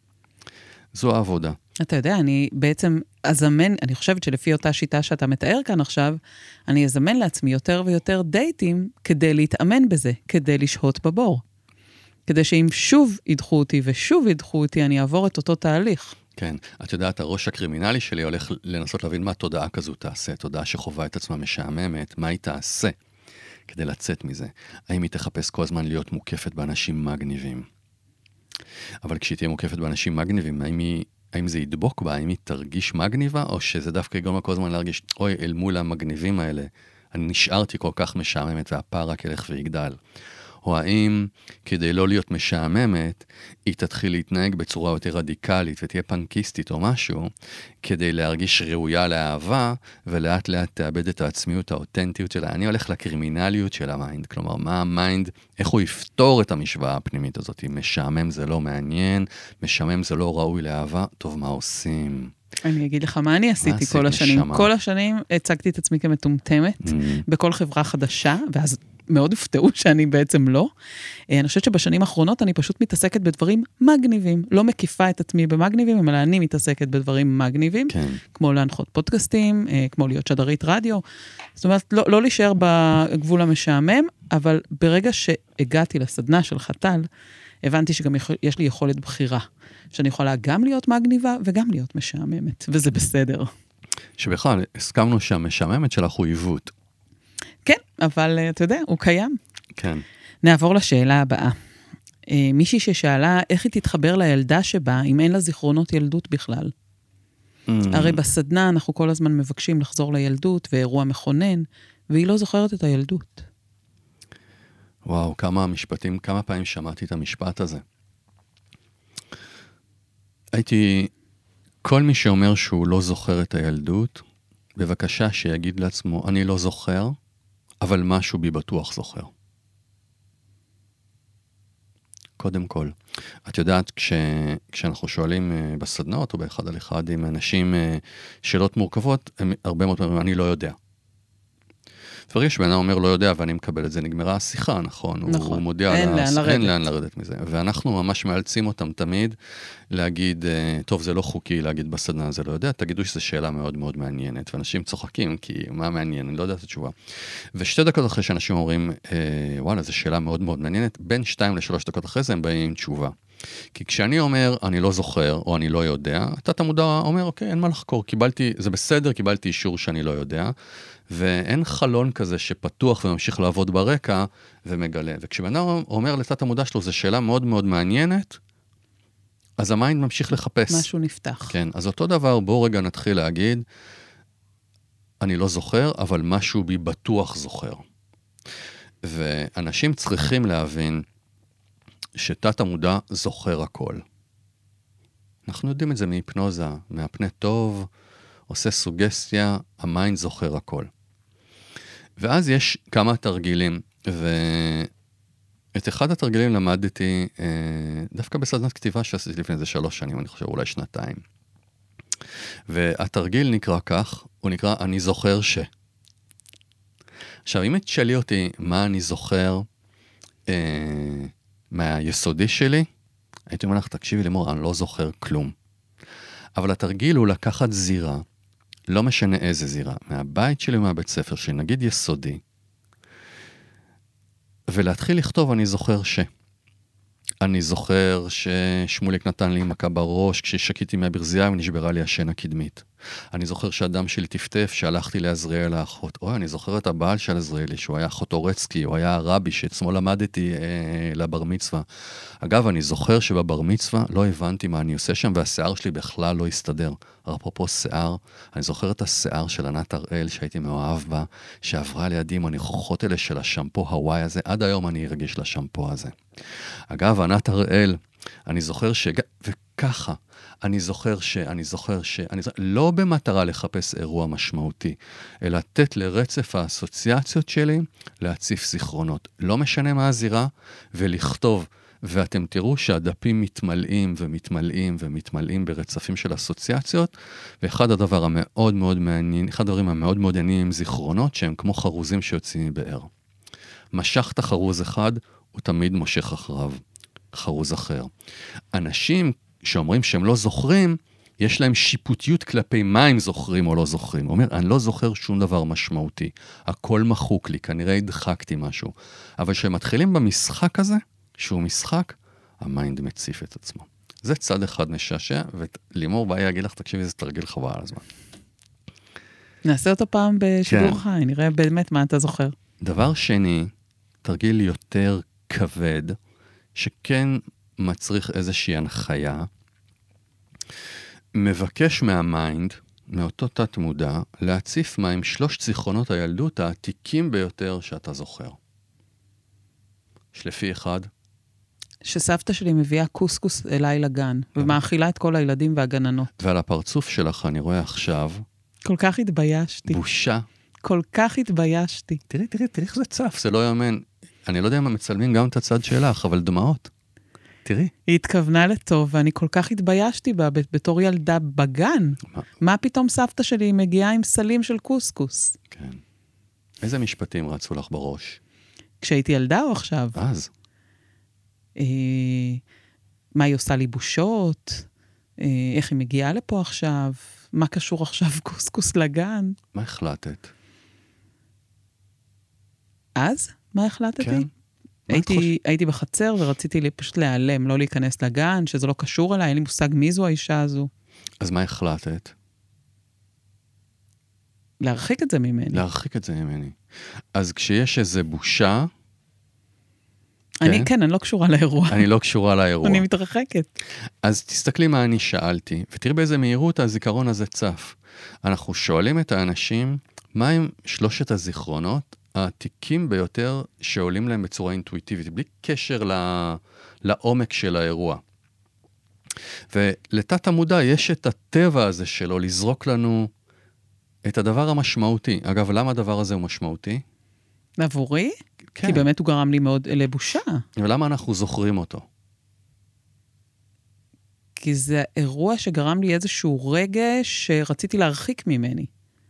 זו העבודה. אתה יודע, אני בעצם אזמן, אני חושבת שלפי אותה שיטה שאתה מתאר כאן עכשיו, אני אזמן לעצמי יותר ויותר דייטים כדי להתאמן בזה, כדי לשהות בבור. כדי שאם שוב ידחו אותי ושוב ידחו אותי, אני אעבור את אותו תהליך. כן, את יודעת, הראש הקרימינלי שלי הולך לנסות להבין מה תודעה כזו תעשה, תודעה שחובה את עצמה משעממת, מה היא תעשה כדי לצאת מזה. האם היא תחפש כל הזמן להיות מוקפת באנשים מגניבים? אבל כשהיא תהיה מוקפת באנשים מגניבים, האם זה ידבוק בה? האם היא תרגיש מגניבה? או שזה דווקא יגרום לה כל הזמן להרגיש, אוי, אל מול המגניבים האלה, אני נשארתי כל כך משעממת והפער רק ילך ויגדל. או האם כדי לא להיות משעממת, היא תתחיל להתנהג בצורה יותר רדיקלית ותהיה פנקיסטית או משהו, כדי להרגיש ראויה לאהבה, ולאט לאט תאבד את העצמיות, האותנטיות שלה. אני הולך לקרימינליות של המיינד, כלומר, מה המיינד, איך הוא יפתור את המשוואה הפנימית הזאת. משעמם זה לא מעניין, משעמם זה לא ראוי לאהבה, טוב, מה עושים? אני אגיד לך מה אני עשיתי כל השנים. כל השנים הצגתי את עצמי כמטומטמת, בכל חברה חדשה, ואז מאוד הופתעו שאני בעצם לא. אני חושבת שבשנים האחרונות אני פשוט מתעסקת בדברים מגניבים, לא מקיפה את עצמי במגניבים, אלא אני מתעסקת בדברים מגניבים, כמו להנחות פודקאסטים, כמו להיות שדרית רדיו. זאת אומרת, לא להישאר בגבול המשעמם, אבל ברגע שהגעתי לסדנה של חתל, הבנתי שגם יש לי יכולת בחירה, שאני יכולה גם להיות מגניבה וגם להיות משעממת, וזה בסדר. שבכלל, הסכמנו שהמשעממת שלך הוא עיוות. כן, אבל אתה יודע, הוא קיים. כן. נעבור לשאלה הבאה. מישהי ששאלה איך היא תתחבר לילדה שבה, אם אין לה זיכרונות ילדות בכלל. הרי בסדנה אנחנו כל הזמן מבקשים לחזור לילדות, ואירוע מכונן, והיא לא זוכרת את הילדות. וואו, כמה פעמים שמעתי את המשפט הזה. כל מי שאומר שהוא לא זוכר את הילדות, בבקשה שיגיד לעצמו, אני לא זוכר, אבל משהו בי בטוח זוכר. קודם כל, את יודעת, כשאנחנו שואלים בסדנות או באחד על אחד עם אנשים שאלות מורכבות, הם הרבה מאוד פעמים, אני לא יודע. ברגע שבן אדם אומר לא יודע, ואני מקבל את זה, נגמרה השיחה, נכון? הוא מודיע, אין לאן לרדת מזה. ואנחנו ממש מאלצים אותם תמיד להגיד, טוב, זה לא חוקי להגיד בסדנה, זה לא יודע, תגידו שזו שאלה מאוד מאוד מעניינת, ואנשים צוחקים, כי מה מעניין? אני לא יודע את התשובה. ושתי דקות אחרי שאנשים אומרים, וואלה, זו שאלה מאוד מאוד מעניינת, בין 2 ל-3 דקות אחרי זה הם באים עם תשובה. כי כשאני אומר, אני לא זוכר, או אני לא יודע, אתה מודע אומר, אוקיי, אין מה לחקור, זה בסדר, קיבלתי אישור שאני לא יודע, ואין חלון כזה שפתוח וממשיך לעבוד ברקע ומגלה. וכשבן אדם אומר לתת המודע שלו, זו שאלה מאוד מאוד מעניינת, אז המיינד ממשיך לחפש. משהו נפתח. כן, אז אותו דבר, בואו רגע נתחיל להגיד, אני לא זוכר, אבל משהו בי בטוח זוכר. ואנשים צריכים להבין שתת המודע זוכר הכל. אנחנו יודעים את זה מהיפנוזה, מהפני טוב, עושה סוגסטיה, המיינד זוכר הכל. ואז יש כמה תרגילים, ואת אחד התרגילים למדתי דווקא בסדנת כתיבה שעשיתי לפני זה 3 שנים, אני חושב אולי 2. והתרגיל נקרא כך, הוא נקרא אני זוכר ש. עכשיו, אם תשאלי אותי מה אני זוכר מהיסודי שלי, הייתי אומר לך, תקשיבי לימור, אני לא זוכר כלום. אבל התרגיל הוא לקחת זירה, לא משנה איזה זירה, מהבית שלי ומהבית ספר שלי, נגיד יסודי, ולהתחיל לכתוב אני זוכר ש. אני זוכר ששמוליק נתן לי מכה בראש כששקיתי מהברזייה ונשברה לי השן הקדמית. אני זוכר שהדם שלי טפטף שהלכתי לעזריאל האחות. אוי, אני זוכר את הבעל של עזריאלי, שהוא היה אחות אורצקי, הוא היה הרבי שאצמו למדתי לבר מצווה. אגב, אני זוכר שבבר מצווה לא הבנתי מה אני עושה שם, והשיער שלי בכלל לא הסתדר. אפרופו שיער, אני זוכר את השיער של ענת הראל שהייתי מאוהב בה, שעברה לידי עם הניחוחות האלה של השמפו הוואי הזה, עד היום אני ארגיש לשמפו הזה. אגב, ענת הראל, אני זוכר וככה, אני זוכר לא במטרה לחפש אירוע משמעותי, אלא לתת לרצף האסוציאציות שלי להציף זיכרונות. לא משנה מה הזירה, ולכתוב, ואתם תראו שהדפים מתמלאים ומתמלאים ומתמלאים ברצפים של אסוציאציות, ואחד הדברים המאוד מאוד מעניינים עם זיכרונות, שהם כמו חרוזים שיוצאים מבאר. משכת חרוז אחד, הוא תמיד מושך אחריו חרוז אחר. אנשים שאומרים שהם לא זוכרים, יש להם שיפוטיות כלפי מה הם זוכרים או לא זוכרים. הוא אומר, אני לא זוכר שום דבר משמעותי. הכל מחוק לי, כנראה הדחקתי משהו. אבל כשהם מתחילים במשחק הזה, שהוא משחק, המיינד מציף את עצמו. זה צד אחד משעשע, ולימור באי אגיד לך, תקשיבי, זה תרגיל חבל על הזמן. נעשה אותו פעם בשידור חי, נראה באמת מה אתה זוכר. דבר שני, תרגיל יותר כבד, שכן מצריך איזושהי הנחיה, מבקש מהמיינד, מאותו תת מודע, להציף מה עם 3 זיכרונות הילדות העתיקים ביותר שאתה זוכר. שלפי אחד. שסבתא שלי מביאה קוסקוס אליי לגן, ומאכילה את כל הילדים והגננות. ועל הפרצוף שלך אני רואה עכשיו, כל כך התביישתי. בושה. כל כך התביישתי. תראי איך זה צף, זה לא יאמן. אני לא יודע אם מצלמים גם את הצד שלך, אבל דמעות. תראי. היא התכוונה לטוב, ואני כל כך התביישתי בה בתור ילדה בגן. מה פתאום סבתא שלי מגיעה עם סלים של קוסקוס? כן. איזה משפטים רצו לך בראש? כשהייתי ילדה או עכשיו? אז. מה היא עושה לי בושות? איך היא מגיעה לפה עכשיו? מה קשור עכשיו קוסקוס לגן? מה החלטת? אז? מה החלטתי? כן. הייתי בחצר ורציתי פשוט להיעלם, לא להיכנס לגן, שזה לא קשור אליי, אין לי מושג מי זו האישה הזו. אז מה החלטת? להרחיק את זה ממני. להרחיק את זה ממני. אז כשיש איזו בושה... אני לא קשורה לאירוע. אני לא קשורה לאירוע. אני מתרחקת. אז תסתכלי מה אני שאלתי, ותראי באיזה מהירות הזיכרון הזה צף. אנחנו שואלים את האנשים, מה הם 3 הזיכרונות העתיקים ביותר שעולים להם בצורה אינטואיטיבית, בלי קשר לעומק של האירוע. ולתת המודע יש את הטבע הזה שלו לזרוק לנו את הדבר המשמעותי. אגב, למה הדבר הזה הוא משמעותי? עבורי? כן. כי באמת הוא גרם לי מאוד לבושה. ולמה אנחנו זוכרים אותו? כי זה אירוע שגרם לי איזשהו רגש שרציתי להרחיק ממני.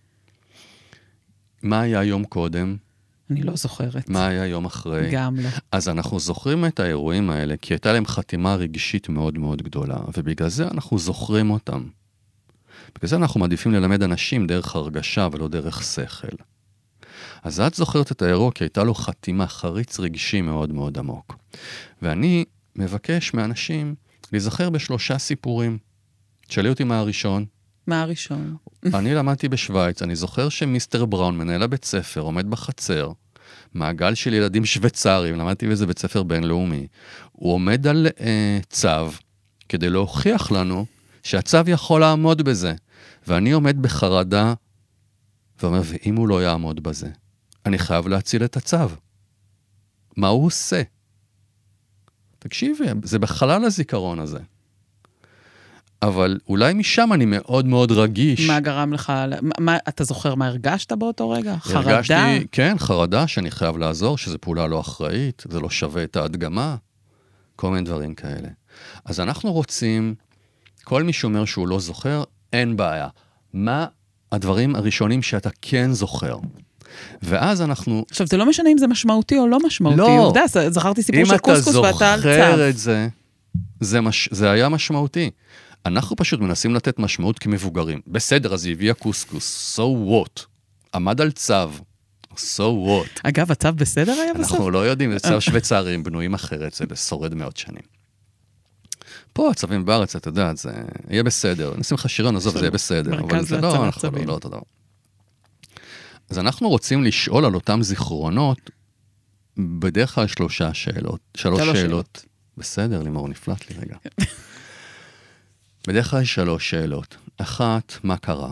מה היה יום קודם? אני לא זוכרת. מה היה יום אחרי? גם לא. אז אנחנו זוכרים את האירועים האלה, כי הייתה להם חתימה רגשית מאוד מאוד גדולה, ובגלל זה אנחנו זוכרים אותם. בגלל זה אנחנו מעדיפים ללמד אנשים דרך הרגשה ולא דרך שכל. אז את זוכרת את האירוע, כי הייתה לו חתימה, חריץ רגשי מאוד מאוד עמוק. ואני מבקש מאנשים להיזכר ב3 סיפורים. תשאלי אותי מה הראשון. מה הראשון? אני למדתי בשוויץ, אני זוכר שמיסטר בראון, מנהל הבית ספר, עומד בחצר, מעגל של ילדים שוויצרים, למדתי באיזה בית ספר בינלאומי, הוא עומד על צו, כדי להוכיח לנו שהצו יכול לעמוד בזה. ואני עומד בחרדה, ואומר, ואם הוא לא יעמוד בזה, אני חייב להציל את הצו. מה הוא עושה? תקשיבי, זה בחלל הזיכרון הזה. אבל אולי משם אני מאוד מאוד רגיש. מה גרם לך, אתה זוכר מה הרגשת באותו רגע? חרדה? הרגשתי, כן, חרדה שאני חייב לעזור, שזו פעולה לא אחראית, זה לא שווה את ההדגמה, כל מיני דברים כאלה. אז אנחנו רוצים, כל מי שאומר שהוא לא זוכר, אין בעיה. מה הדברים הראשונים שאתה כן זוכר? ואז אנחנו... עכשיו, זה לא משנה אם זה משמעותי או לא משמעותי. לא. עובדה, זכרתי סיפור של קוסקוס ואתה על צו. אם אתה זוכר את זה, זה היה משמעותי. אנחנו פשוט מנסים לתת משמעות כמבוגרים. בסדר, אז היא הביאה קוסקוס. So what? עמד על צו. So what? אגב, הצו בסדר היה בסוף? אנחנו לא יודעים, זה צו שוויצרים בנויים אחרת, זה שורד מאות שנים. פה הצווים בארץ, אתה יודע, זה יהיה בסדר. נשים לך שירון, עזוב, זה יהיה בסדר. מרכז להצלת צווים. לא, תודה. אז אנחנו רוצים לשאול על אותם זיכרונות, בדרך כלל שלוש שאלות. בסדר, לימור, נפלט לי רגע. בדרך כלל 3 שאלות. 1, מה קרה?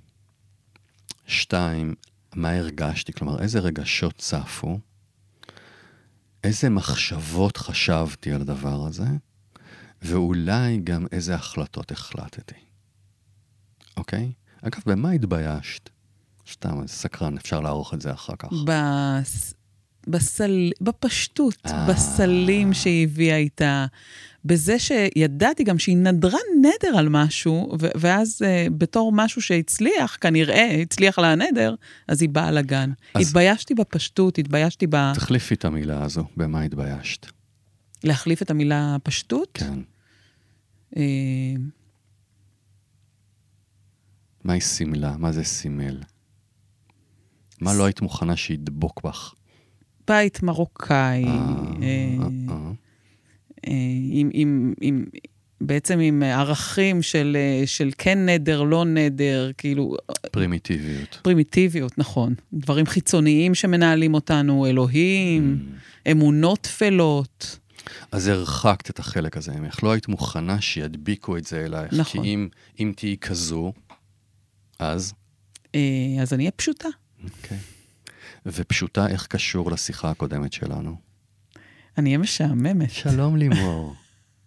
2, מה הרגשתי? כלומר, איזה רגשות צפו? איזה מחשבות חשבתי על הדבר הזה? ואולי גם איזה החלטות החלטתי. אוקיי? אגב, במה התביישת? סתם, סקרן, אפשר לערוך את זה אחר כך. בפשטות, בסלים שהיא הביאה איתה, בזה שידעתי גם שהיא נדרה נדר על משהו, ואז בתור משהו שהצליח, כנראה, הצליח לה הנדר, אז היא באה לגן. התביישתי בפשטות, התביישתי תחליפי את המילה הזו, במה התביישת? להחליף את המילה פשטות? כן. מה היא סמלה? מה זה סימל? מה לא היית מוכנה שידבוק בך? בית מרוקאי, בעצם עם ערכים של כן נדר, לא נדר, כאילו... פרימיטיביות, נכון. דברים חיצוניים שמנהלים אותנו, אלוהים, אמונות תפלות. אז הרחקת את החלק הזה ממך. לא היית מוכנה שידביקו את זה אלייך. נכון. כי אם תהי כזו, אז? אז אני אהיה פשוטה. אוקיי. ופשוטה איך קשור לשיחה הקודמת שלנו? אני אהיה משעממת. שלום לימור.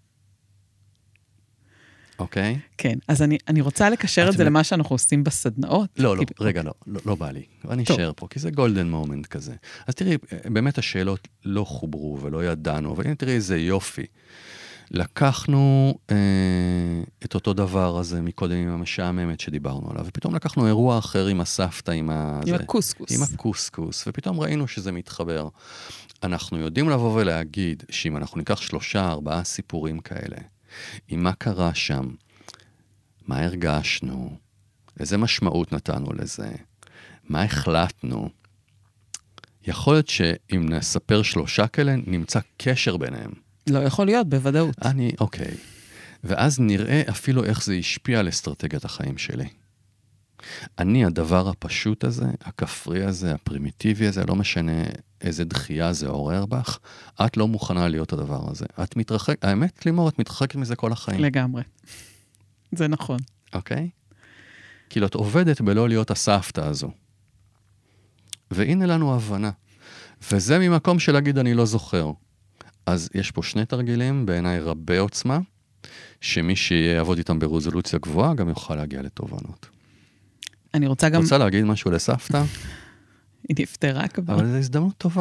אוקיי? כן, אז אני רוצה לקשר את זה למה שאנחנו עושים בסדנאות. לא, רגע, לא בא לי. אני אשאר פה, כי זה גולדן מומנט כזה. אז תראי, באמת השאלות לא חוברו ולא ידענו, אבל הנה תראי איזה יופי. לקחנו את אותו דבר הזה מקודם עם המשעממת שדיברנו עליו, ופתאום לקחנו אירוע אחר עם הסבתא, עם הקוסקוס. עם הקוסקוס, ופתאום ראינו שזה מתחבר. אנחנו יודעים לבוא ולהגיד שאם אנחנו ניקח 3-4 סיפורים כאלה, עם מה קרה שם, מה הרגשנו, איזה משמעות נתנו לזה, מה החלטנו, יכול להיות שאם נספר 3 כאלה, נמצא קשר ביניהם. לא יכול להיות, בוודאות. אוקיי. ואז נראה אפילו איך זה השפיע על אסטרטגיית החיים שלי. הדבר הפשוט הזה, הכפרי הזה, הפרימיטיבי הזה, לא משנה איזה דחייה זה עורר בך, את לא מוכנה להיות הדבר הזה. את מתרחקת, האמת, לימור, את מתרחקת מזה כל החיים. לגמרי. זה נכון. אוקיי? כאילו, את עובדת בלא להיות הסבתא הזו. והנה לנו הבנה. וזה ממקום של להגיד, אני לא זוכר. אז יש פה 2 תרגילים, בעיניי רבי עוצמה, שמי שיעבוד איתם ברזולוציה גבוהה, גם יוכל להגיע לתובנות. אני רוצה גם... רוצה להגיד משהו לסבתא? היא נפטרה כבר. אבל זו הזדמנות טובה.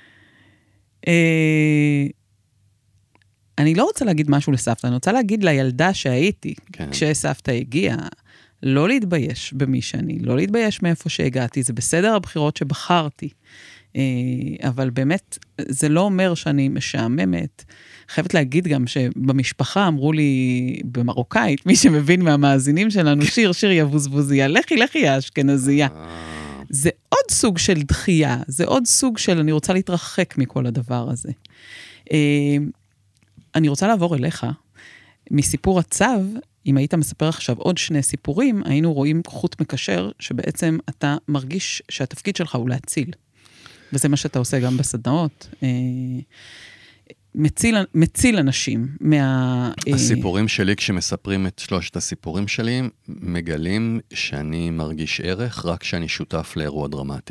אני לא רוצה להגיד משהו לסבתא, אני רוצה להגיד לילדה שהייתי, כשסבתא הגיעה, לא להתבייש במי שאני, לא להתבייש מאיפה שהגעתי, זה בסדר הבחירות שבחרתי. אבל באמת, זה לא אומר שאני משעממת. חייבת להגיד גם שבמשפחה אמרו לי במרוקאית, מי שמבין מהמאזינים שלנו, שיר יבוזבוזיה, לכי האשכנזייה. זה עוד סוג של דחייה, זה עוד סוג של אני רוצה להתרחק מכל הדבר הזה. אני רוצה לעבור אליך, מסיפור הצו, אם היית מספר עכשיו עוד 2 סיפורים, היינו רואים חוט מקשר, שבעצם אתה מרגיש שהתפקיד שלך הוא להציל. וזה מה שאתה עושה גם בסדנאות. מציל אנשים הסיפורים שלי, כשמספרים את 3 הסיפורים שלי, מגלים שאני מרגיש ערך רק כשאני שותף לאירוע דרמטי.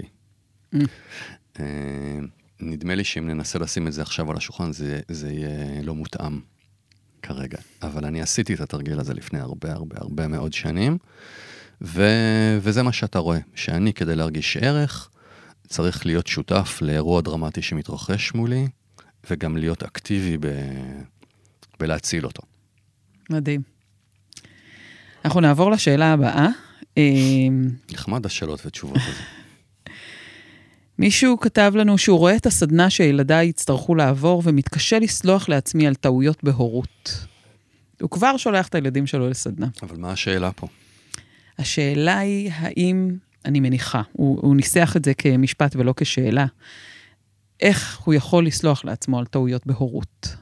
נדמה לי שאם ננסה לשים את זה עכשיו על השולחן, זה יהיה לא מותאם. כרגע. אבל אני עשיתי את התרגיל הזה לפני הרבה מאוד שנים, וזה מה שאתה רואה, שאני כדי להרגיש ערך, צריך להיות שותף לאירוע דרמטי שמתרחש מולי, וגם להיות אקטיבי בלהציל אותו. מדהים. אנחנו נעבור לשאלה הבאה. נחמד השאלות ותשובות הזה. מישהו כתב לנו שהוא רואה את הסדנה שילדיי יצטרכו לעבור, ומתקשה לסלוח לעצמי על טעויות בהורות. הוא כבר שולח את הילדים שלו לסדנה. אבל מה השאלה פה? השאלה היא, האם, אני מניחה, הוא ניסח את זה כמשפט ולא כשאלה, איך הוא יכול לסלוח לעצמו על טעויות בהורות?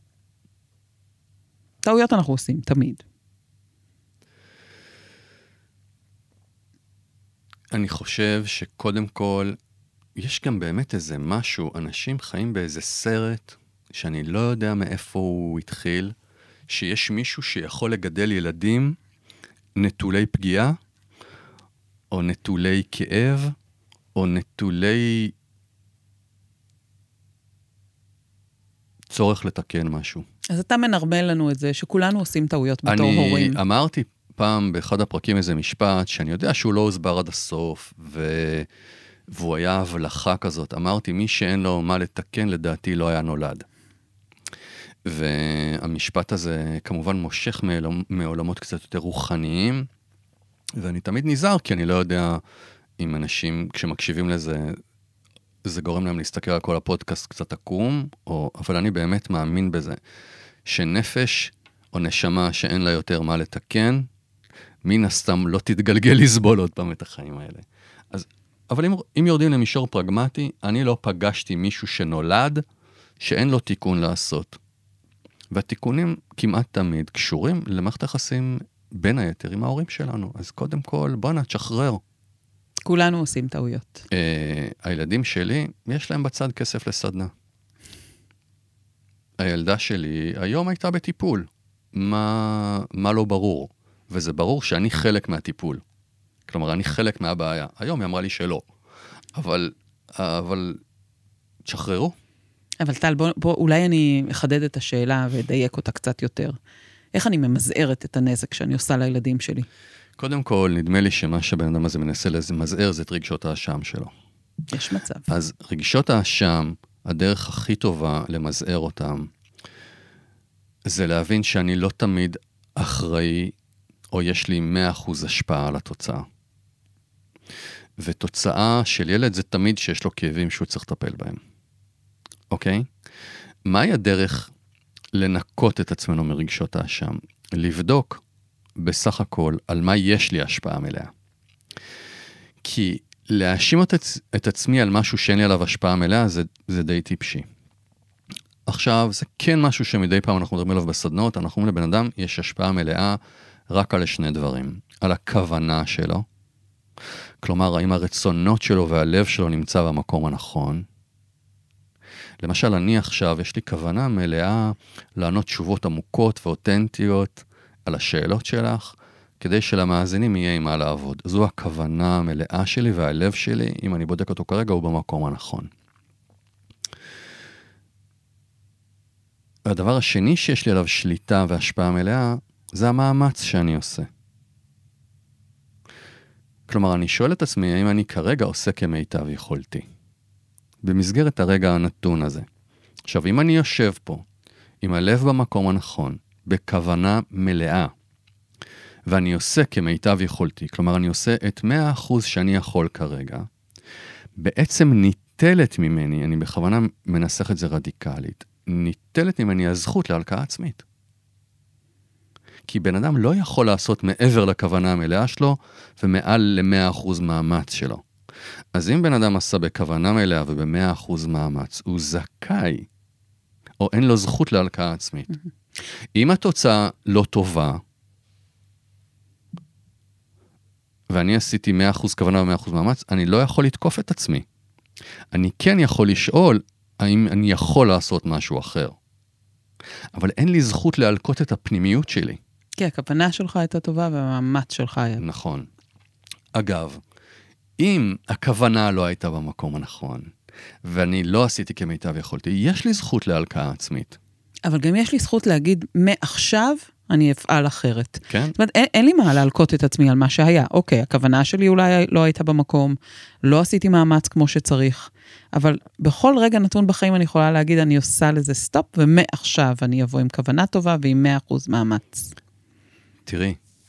טעויות אנחנו עושים, תמיד. אני חושב שקודם כל, יש גם באמת איזה משהו, אנשים חיים באיזה סרט, שאני לא יודע מאיפה הוא התחיל, שיש מישהו שיכול לגדל ילדים נטולי פגיעה, או נטולי כאב, או נטולי צורך לתקן משהו. אז אתה מנרמל לנו את זה, שכולנו עושים טעויות בתור הורים. אני אמרתי פעם באחד הפרקים איזה משפט, שאני יודע שהוא לא הוסבר עד הסוף, והוא היה הבלחה כזאת. אמרתי, מי שאין לו מה לתקן, לדעתי לא היה נולד. והמשפט הזה כמובן מושך מעולמות קצת יותר רוחניים, ואני תמיד נזהר, כי אני לא יודע אם אנשים, כשמקשיבים לזה, זה גורם להם להסתכל על כל הפודקאסט קצת עקום, אבל אני באמת מאמין בזה, שנפש או נשמה שאין לה יותר מה לתקן, מן הסתם לא תתגלגל לסבול עוד פעם את החיים האלה. אבל אם יורדים למישור פרגמטי, אני לא פגשתי מישהו שנולד, שאין לו תיקון לעשות. והתיקונים כמעט תמיד קשורים למערכת היחסים בין היתר עם ההורים שלנו. אז קודם כל, בוא נתשחרר. כולנו עושים טעויות. הילדים שלי, יש להם בצד כסף לסדנה. הילדה שלי היום הייתה בטיפול. מה לא ברור? וזה ברור שאני חלק מהטיפול. כלומר, אני חלק מהבעיה. היום היא אמרה לי שלא. אבל תשחררו. אבל טל, בוא, אולי אני אחדד את השאלה ודייק אותה קצת יותר. איך אני ממזערת את הנזק שאני עושה לילדים שלי? קודם כל, נדמה לי שמה שבן אדם הזה מנסה למזער זה את רגשות האשם שלו. יש מצב. אז רגשות האשם, הדרך הכי טובה למזער אותם, זה להבין שאני לא תמיד אחראי, או יש לי 100% השפעה על התוצאה. ותוצאה של ילד זה תמיד שיש לו כאבים שהוא צריך לטפל בהם. אוקיי? מהי הדרך לנקות את עצמנו מרגשות האשם? לבדוק בסך הכל על מה יש לי השפעה מלאה. כי להאשים את עצמי על משהו שאין לי עליו השפעה מלאה, זה די טיפשי. עכשיו, זה כן משהו שמדי פעם אנחנו מדברים עליו בסדנות, אנחנו אומרים לבן אדם, יש השפעה מלאה רק על שני דברים. על הכוונה שלו, כלומר, האם הרצונות שלו והלב שלו נמצא במקום הנכון. למשל, אני עכשיו, יש לי כוונה מלאה לענות תשובות עמוקות ואותנטיות על השאלות שלך, כדי שלמאזינים יהיה עם מה לעבוד. זו הכוונה המלאה שלי והלב שלי, אם אני בודק אותו כרגע, הוא במקום הנכון. והדבר השני שיש לי עליו שליטה והשפעה מלאה, זה המאמץ שאני עושה. כלומר, אני שואל את עצמי, האם אני כרגע עושה כמיטב יכולתי? במסגרת הרגע הנתון הזה. עכשיו, אם אני יושב פה, עם הלב במקום הנכון, בכוונה מלאה, ואני עושה כמיטב יכולתי, כלומר, אני עושה את 100% שאני יכול כרגע, בעצם ניטלת ממני, אני בכוונה מנסח את זה רדיקלית, ניטלת ממני הזכות להלקאה עצמית. כי בן אדם לא יכול לעשות מעבר לכוונה המלאה שלו, ומעל ל-100% מאמץ שלו. אז אם בן אדם עשה בכוונה מלאה וב-100% מאמץ, הוא זכאי, או אין לו זכות להלקאה עצמית. אם התוצאה לא טובה, ואני עשיתי 100% כוונה ו-100% מאמץ, אני לא יכול לתקוף את עצמי. אני כן יכול לשאול, האם אני יכול לעשות משהו אחר. אבל אין לי זכות להלקות את הפנימיות שלי. כי הכוונה שלך הייתה טובה והמאמץ שלך היה. נכון. אגב, אם הכוונה לא הייתה במקום הנכון, ואני לא עשיתי כמיטב יכולתי, יש לי זכות להלקאה עצמית. אבל גם יש לי זכות להגיד, מעכשיו אני אפעל אחרת. כן. זאת אומרת, אין לי מה להלקות את עצמי על מה שהיה. אוקיי, הכוונה שלי אולי לא הייתה במקום, לא עשיתי מאמץ כמו שצריך, אבל בכל רגע נתון בחיים אני יכולה להגיד, אני עושה לזה סטופ, ומעכשיו אני אבוא עם כוונה טובה ועם 100% מאמץ. תראי,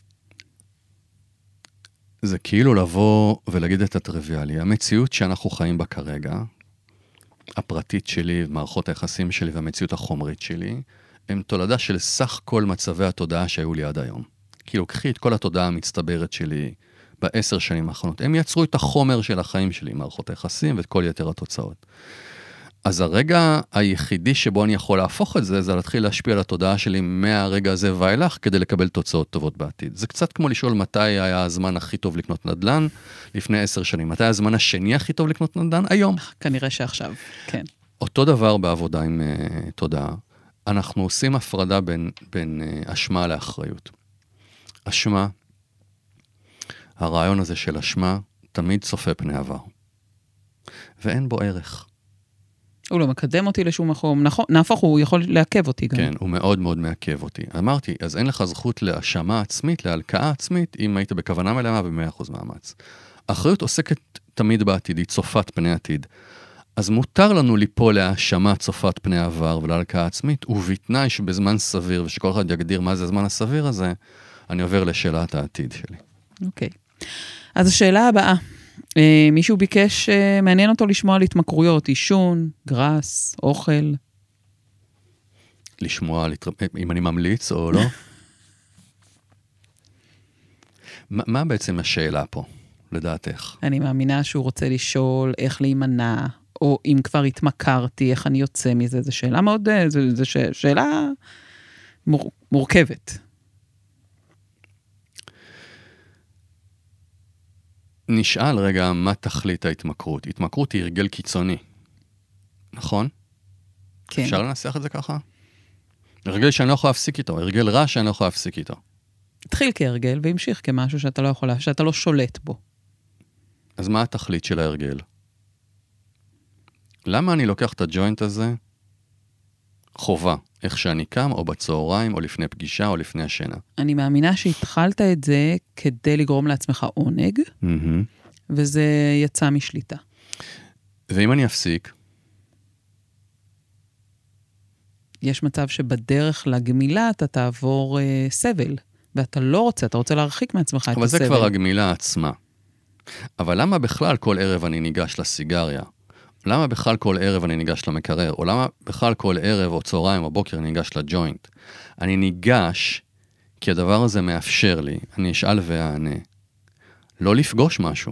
זה כאילו לבוא ולהגיד את הטריוויאלי. המציאות שאנחנו חיים בה כרגע, הפרטית שלי, מערכות היחסים שלי והמציאות החומרית שלי, הם תולדה של סך כל מצבי התודעה שהיו לי עד היום. כאילו, קחי את כל התודעה המצטברת שלי ב10 שנים האחרונות. הם יצרו את החומר של החיים שלי, מערכות היחסים ואת כל יתר התוצאות. אז הרגע היחידי שבו אני יכול להפוך את זה, זה להתחיל להשפיע על התודעה שלי מהרגע הזה ואילך, כדי לקבל תוצאות טובות בעתיד. זה קצת כמו לשאול מתי היה הזמן הכי טוב לקנות נדל"ן, לפני 10 שנים. מתי הזמן השני הכי טוב לקנות נדל"ן? היום. כנראה שעכשיו, כן. אותו דבר בעבודה עם תודעה. אנחנו עושים הפרדה בין אשמה לאחריות. אשמה, הרעיון הזה של אשמה, תמיד צופה פני עבר. ואין בו ערך. הוא לא מקדם אותי לשום מקום, נכון, נהפוך, הוא יכול לעכב אותי גם. כן, הוא מאוד מאוד מעכב אותי. אמרתי, אז אין לך זכות להאשמה עצמית, להלקאה עצמית, אם היית בכוונה מלאה ב100% מאמץ. האחריות עוסקת תמיד בעתיד, היא צופת פני עתיד. אז מותר לנו ליפול להאשמה צופת פני עבר ולהלקאה עצמית, ובתנאי שבזמן סביר, ושכל אחד יגדיר מה זה הזמן הסביר הזה, אני עובר לשאלת העתיד שלי. אוקיי. אז השאלה הבאה, מישהו ביקש, מעניין אותו לשמוע על התמכרויות, עישון, גרס, אוכל. לשמוע, אם אני ממליץ או לא? מה בעצם השאלה פה, לדעתך? אני מאמינה שהוא רוצה לשאול איך להימנע, או אם כבר התמכרתי, איך אני יוצא מזה. זו שאלה מאוד, זו שאלה מורכבת. נשאל רגע מה תכלית ההתמכרות. התמכרות היא הרגל קיצוני, נכון? כן. אפשר לנסח את זה ככה? הרגל שאני לא יכול להפסיק איתו, הרגל רע שאני לא יכול להפסיק איתו. התחיל כהרגל והמשיך כמשהו שאתה לא יכול, שאתה לא שולט בו. אז מה התכלית של ההרגל? למה אני לוקח את הג'וינט הזה? חובה, איך שאני קם, או בצהריים, או לפני פגישה, או לפני השינה. אני מאמינה שהתחלת את זה כדי לגרום לעצמך עונג, וזה יצא משליטה. ואם אני אפסיק? יש מצב שבדרך לגמילה אתה תעבור סבל, ואתה לא רוצה, אתה רוצה להרחיק מעצמך את הסבל. אבל זה כבר הגמילה עצמה. אבל למה בכלל כל ערב אני ניגש לסיגריה? למה בכלל כל ערב אני ניגש למקרר? או למה בכלל כל ערב או צהריים או בוקר אני ניגש לג'וינט? אני ניגש כי הדבר הזה מאפשר לי, אני אשאל ואענה, לא לפגוש משהו.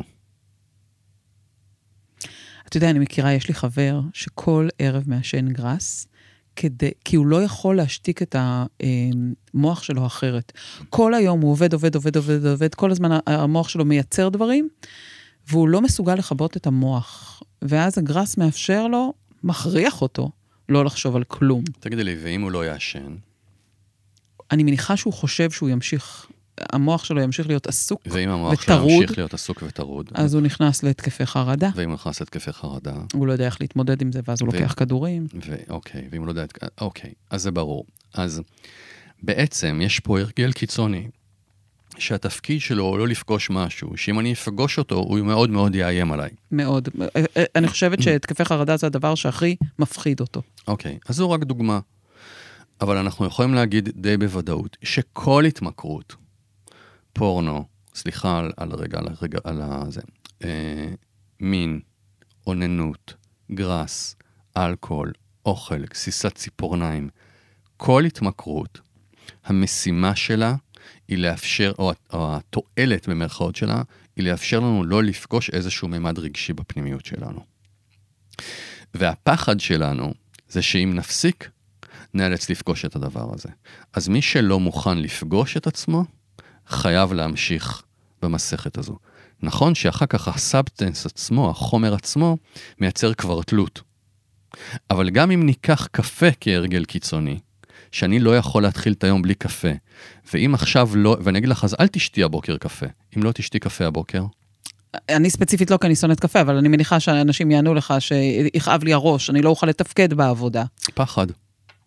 אתה יודע, אני מכירה, יש לי חבר שכל ערב מעשן גרס, כי הוא לא יכול להשתיק את המוח שלו אחרת. כל היום הוא עובד, כל הזמן המוח שלו מייצר דברים, והוא לא מסוגל לכבות את המוח. ואז הגרס מאפשר לו, מכריח אותו, לא לחשוב על כלום. תגידי לי, ואם הוא לא יעשן? אני מניחה שהוא חושב שהוא ימשיך, המוח שלו ימשיך להיות עסוק וטרוד. ואם המוח שלו ימשיך להיות עסוק וטרוד? אז הוא נכנס להתקפי חרדה. ואם הוא נכנס להתקפי חרדה? הוא לא יודע איך להתמודד עם זה, ואז הוא לוקח כדורים. אוקיי, ואם הוא לא יודע... אוקיי, אז זה ברור. אז בעצם יש פה הרגל קיצוני, שהתפקיד שלו הוא לא לפגוש משהו, שאם אני אפגוש אותו, הוא מאוד מאוד יאיים עליי. מאוד. אני חושבת שהתקפי חרדה זה הדבר שהכי מפחיד אותו. אוקיי, אז זו רק דוגמה. אבל אנחנו יכולים להגיד די בוודאות, שכל התמכרות, פורנו, סליחה על זה, מין, אוננות, גרס, אלכוהול, אוכל, גסיסת ציפורניים, כל התמכרות, המשימה שלה היא לאפשר, או התועלת במרכאות שלה, היא לאפשר לנו לא לפגוש איזשהו ממד רגשי בפנימיות שלנו. והפחד שלנו זה שאם נפסיק, נאלץ לפגוש את הדבר הזה. אז מי שלא מוכן לפגוש את עצמו, חייב להמשיך במסכת הזו. נכון שאחר כך הסאבטנס עצמו, החומר עצמו, מייצר כבר תלות. אבל גם אם ניקח קפה כהרגל קיצוני, שאני לא יכול להתחיל את היום בלי קפה, ואם עכשיו לא, ואני אגיד לך, אז אל תשתי הבוקר קפה. אם לא תשתי קפה הבוקר? אני ספציפית לא, כי אני שונאת קפה, אבל אני מניחה שאנשים יענו לך שיכאב לי הראש, אני לא אוכל לתפקד בעבודה. פחד.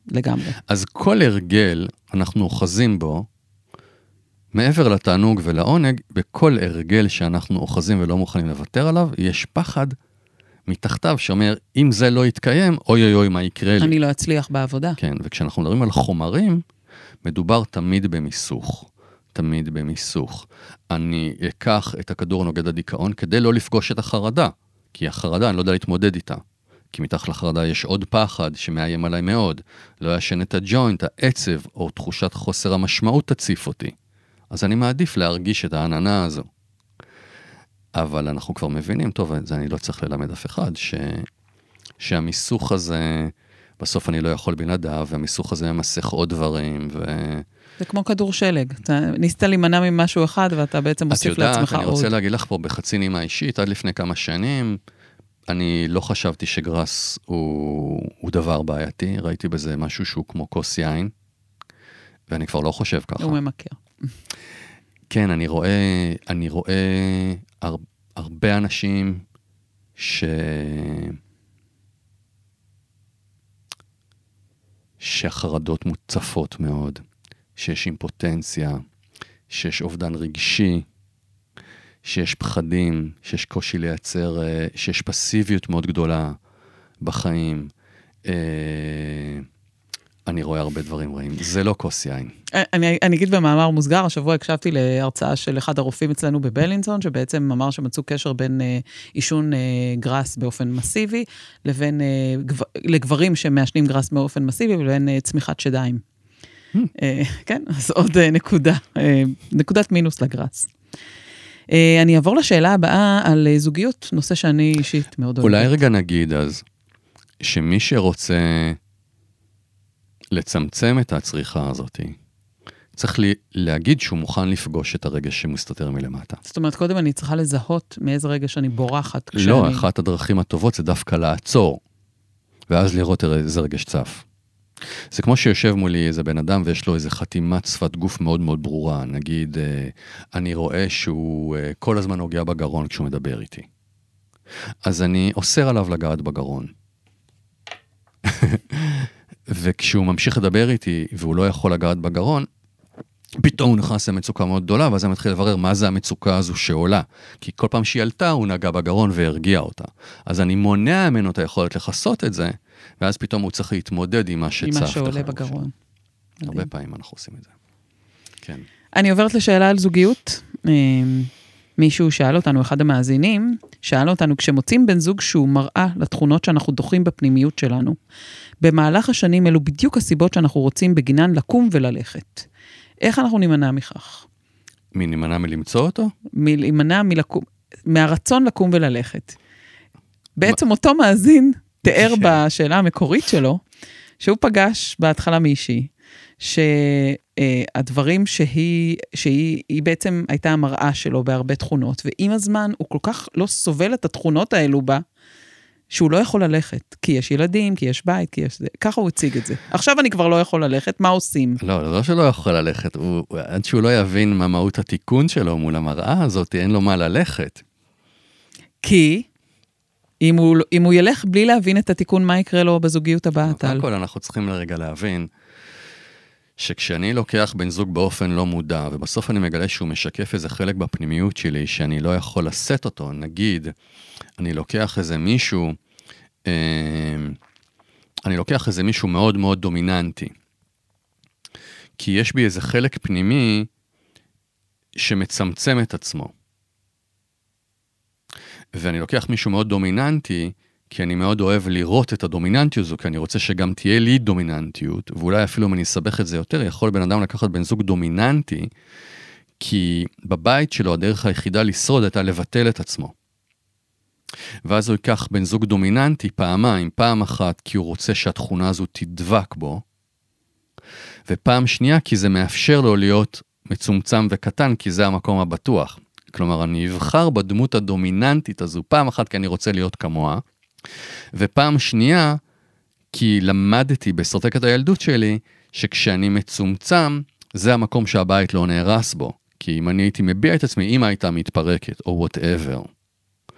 לגמרי. אז כל הרגל, אנחנו אוחזים בו, מעבר לתענוג ולעונג, בכל הרגל שאנחנו אוחזים ולא מוכנים לוותר עליו, יש פחד מתחתיו שאומר, אם זה לא יתקיים, אוי אוי אוי, מה יקרה לי? אני לא אצליח בעבודה. כן, וכשאנחנו מדברים על חומרים, מדובר תמיד במיסוך. תמיד במיסוך. אני אקח את הכדור נוגד הדיכאון כדי לא לפגוש את החרדה, כי החרדה, אני לא יודע להתמודד איתה. כי מתחת לחרדה יש עוד פחד שמאיים עליי מאוד. לא ישן את הג'וינט, העצב או תחושת חוסר המשמעות תציף אותי. אז אני מעדיף להרגיש את העננה הזו. אבל אנחנו כבר מבינים, טוב, זה אני לא צריך ללמד אף אחד, שהמיסוך הזה, בסוף אני לא יכול בלעדיו, והמיסוך הזה ממסך עוד דברים, זה כמו כדור שלג. אתה ניסית להימנע ממשהו אחד, ואתה בעצם מוסיף לעצמך עוד. את יודעת, אני רוצה להגיד לך פה בחצי נימה אישית, עד לפני כמה שנים, אני לא חשבתי שגרס הוא דבר בעייתי, ראיתי בזה משהו שהוא כמו כוס יין, ואני כבר לא חושב ככה. הוא ממכר. כן, אני רואה הרבה אנשים שהחרדות מוצפות מאוד, שיש אימפוטנציה, שיש אובדן רגשי, שיש פחדים, שיש קושי לייצר, שיש פסיביות מאוד גדולה בחיים. אני רואה הרבה דברים רעים. זה לא כוס יין. אני אגיד במאמר מוסגר, השבוע הקשבתי להרצאה של אחד הרופאים אצלנו בבלינסון, שבעצם אמר שמצאו קשר בין עישון גרס באופן מסיבי, לבין לגברים שמעשנים גרס באופן מסיבי, ולבין צמיחת שדיים. כן, אז עוד נקודת מינוס לגרס. אני אעבור לשאלה הבאה על זוגיות, נושא שאני אישית מאוד אוהבת. אולי רגע נגיד אז, שמי שרוצה לצמצם את הצריכה הזאת, צריך להגיד שהוא מוכן לפגוש את הרגש שמסתתר מלמטה. זאת אומרת, קודם אני צריכה לזהות מאיזה רגש אני בורחת. לא, אחת הדרכים הטובות זה דווקא לעצור, ואז לראות איזה רגש צף. זה כמו שיושב מולי איזה בן אדם, ויש לו איזה חתימת שפת גוף מאוד מאוד ברורה. נגיד, אני רואה שהוא כל הזמן נוגע בגרון כשהוא מדבר איתי. אז אני אוסר עליו לגעת בגרון. וכשהוא ממשיך לדבר איתי, והוא לא יכול לגעת בגרון, פתאום הוא נכנס למצוקה מאוד גדולה, ואז אני מתחיל לברר מה זה המצוקה הזו שעולה. כי כל פעם שהיא עלתה, הוא נגע בגרון והרגיע אותה. אז אני מונע ממנו את היכולת לחסות את זה, ואז פתאום הוא צריך להתמודד עם מה שצף. עם מה שעולה בגרון. הרבה פעמים אנחנו עושים את זה. כן. אני עוברת לשאלה על זוגיות. מישהו שאל אותנו, אחד המאזינים, שאל אותנו, כשמוצאים בן זוג שהוא מראה לתכונות שאנחנו דוחים בפנימיות שלנו, במהלך השנים אלו בדיוק הסיבות שאנחנו רוצים בגינן לקום וללכת. איך אנחנו נימנע מכך? נימנע מלמצוא אותו? נימנע מהרצון לקום וללכת. בעצם אותו מאזין תיאר בשאלה המקורית שלו, שהוא פגש בהתחלה מישהי, שהדברים שהיא בעצם הייתה המראה שלו בהרבה תכונות, ועם הזמן הוא כל כך לא סובל את התכונות האלו בה, שהוא לא יכול ללכת, כי יש ילדים, כי יש בית, כי יש זה. ככה הוא הציג את זה. עכשיו אני כבר לא יכול ללכת, מה עושים? לא שלא יכול ללכת, עד שהוא לא יבין מה מהות התיקון שלו מול המראה הזאת, אין לו מה ללכת. כי אם הוא ילך בלי להבין את התיקון, מה יקרה לו בזוגיות הבאה? קודם כל אנחנו צריכים לרגע להבין, שכשאני לוקח בן זוג באופן לא מודע, ובסוף אני מגלה שהוא משקף איזה חלק בפנימיות שלי, שאני לא יכול לשאת אותו, נגיד, אני לוקח איזה מישהו מאוד מאוד דומיננטי, כי יש בי איזה חלק פנימי, שמצמצם את עצמו. ואני לוקח מישהו מאוד דומיננטי, כי אני מאוד אוהב לראות את הדומיננטיות הזו, כי אני רוצה שגם תהיה לי דומיננטיות, ואולי אפילו אם אני אסבך את זה יותר, יכול בן אדם לקחת בן זוג דומיננטי, כי בבית שלו הדרך היחידה לשרוד הייתה לבטל את עצמו. ואז הוא ייקח בן זוג דומיננטי פעמיים, פעם אחת כי הוא רוצה שהתכונה הזו תדבק בו, ופעם שנייה כי זה מאפשר לו להיות מצומצם וקטן, כי זה המקום הבטוח. כלומר, אני אבחר בדמות הדומיננטית הזו, פעם אחת כי אני רוצה להיות כמוה, ופעם שנייה, כי למדתי באסטרטגיית הילדות שלי, שכשאני מצומצם, זה המקום שהבית לא נהרס בו. כי אם אני הייתי מביע את עצמי, אמא הייתה מתפרקת, או whatever.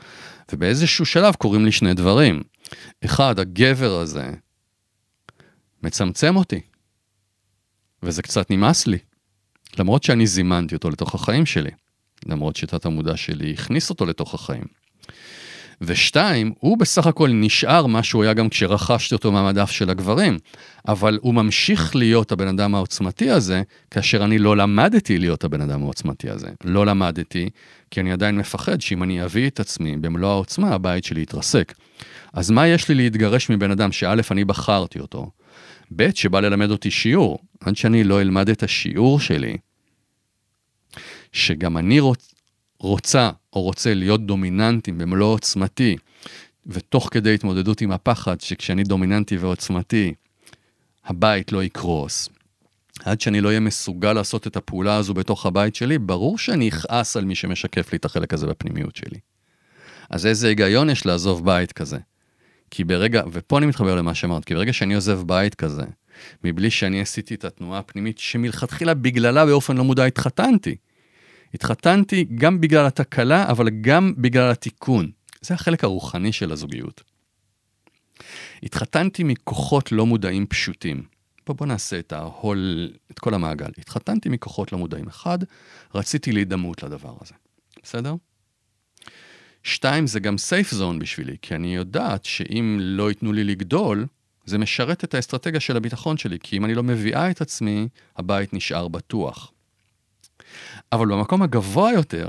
ובאיזשהו שלב קוראים לי שני דברים. אחד, הגבר הזה, מצמצם אותי. וזה קצת נמאס לי. למרות שאני זימנתי אותו לתוך החיים שלי. למרות שתת המודע שלי הכניס אותו לתוך החיים. ושתיים, הוא בסך הכל נשאר מה שהוא היה גם כשרכשתי אותו מהמדף של הגברים, אבל הוא ממשיך להיות הבן אדם העוצמתי הזה, כאשר אני לא למדתי להיות הבן אדם העוצמתי הזה. לא למדתי, כי אני עדיין מפחד שאם אני אביא את עצמי במלוא העוצמה, הבית שלי יתרסק. אז מה יש לי להתגרש מבן אדם שא' אני בחרתי אותו, ב' שבא ללמד אותי שיעור, עד שאני לא אלמד את השיעור שלי, שגם אני רוצה או רוצה להיות דומיננטים במלוא עוצמתי, ותוך כדי התמודדות עם הפחד שכשאני דומיננטי ועוצמתי, הבית לא יקרוס. עד שאני לא אהיה מסוגל לעשות את הפעולה הזו בתוך הבית שלי, ברור שאני אכעס על מי שמשקף לי את החלק הזה בפנימיות שלי. אז איזה היגיון יש לעזוב בית כזה? כי ברגע, ופה אני מתחבר למה שאמרת, כי ברגע שאני עוזב בית כזה, מבלי שאני עשיתי את התנועה הפנימית, שמלכתחילה בגללה באופן לא מודע התחתנתי גם בגלל התקלה, אבל גם בגלל התיקון. זה החלק הרוחני של הזוגיות. התחתנתי מכוחות לא מודעים פשוטים. בוא נעשה את כל המעגל. התחתנתי מכוחות לא מודעים. אחד, רציתי להידמות לדבר הזה. בסדר? 2, זה גם safe zone בשבילי, כי אני יודעת שאם לא ייתנו לי לגדול, זה משרת את האסטרטגיה של הביטחון שלי, כי אם אני לא מביאה את עצמי, הבית נשאר בטוח. אבל במקום הגבוה יותר,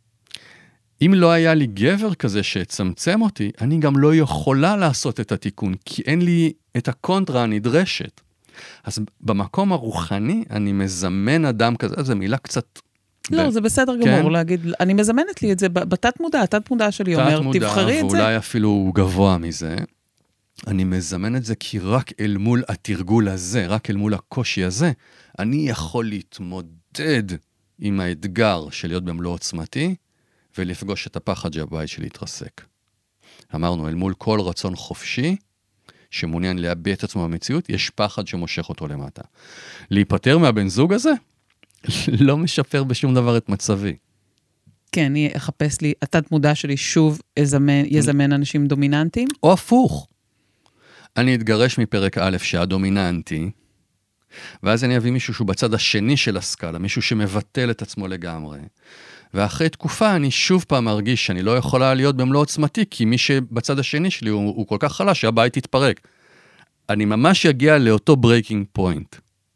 אם לא היה לי גבר כזה שצמצם אותי, אני גם לא יכולה לעשות את התיקון, כי אין לי את הקונטרה הנדרשת. אז במקום הרוחני, אני מזמן אדם כזה, זו מילה קצת... לא, זה בסדר גמור להגיד, אני מזמנת לי את זה בתת מודע, התת מודע שלי אומר, תבחרי את זה. ואולי אפילו גבוה מזה, אני מזמן את זה כי רק אל מול התרגול הזה, רק אל מול הקושי הזה, אני יכול להתמודד עם האתגר של להיות במלוא עוצמתי, ולפגוש את הפחד שהבית שלי יתרסק. אמרנו, אל מול כל רצון חופשי, שמעוניין להביע את עצמו במציאות, יש פחד שמושך אותו למטה. להיפטר מהבן זוג הזה, לא משפר בשום דבר את מצבי. כן, אני אחפש לי, התת מודע שלי שוב יזמן אנשים דומיננטיים? או הפוך. אני אתגרש מפרק א' שהדומיננטי, ואז אני אביא מישהו שהוא בצד השני של הסקאלה, מישהו שמבטל את עצמו לגמרי. ואחרי תקופה אני שוב פעם מרגיש שאני לא יכולה להיות במלוא עוצמתי, כי מי שבצד השני שלי הוא כל כך חלש שהבית יתפרק. אני ממש אגיע לאותו ברייקינג פוינט.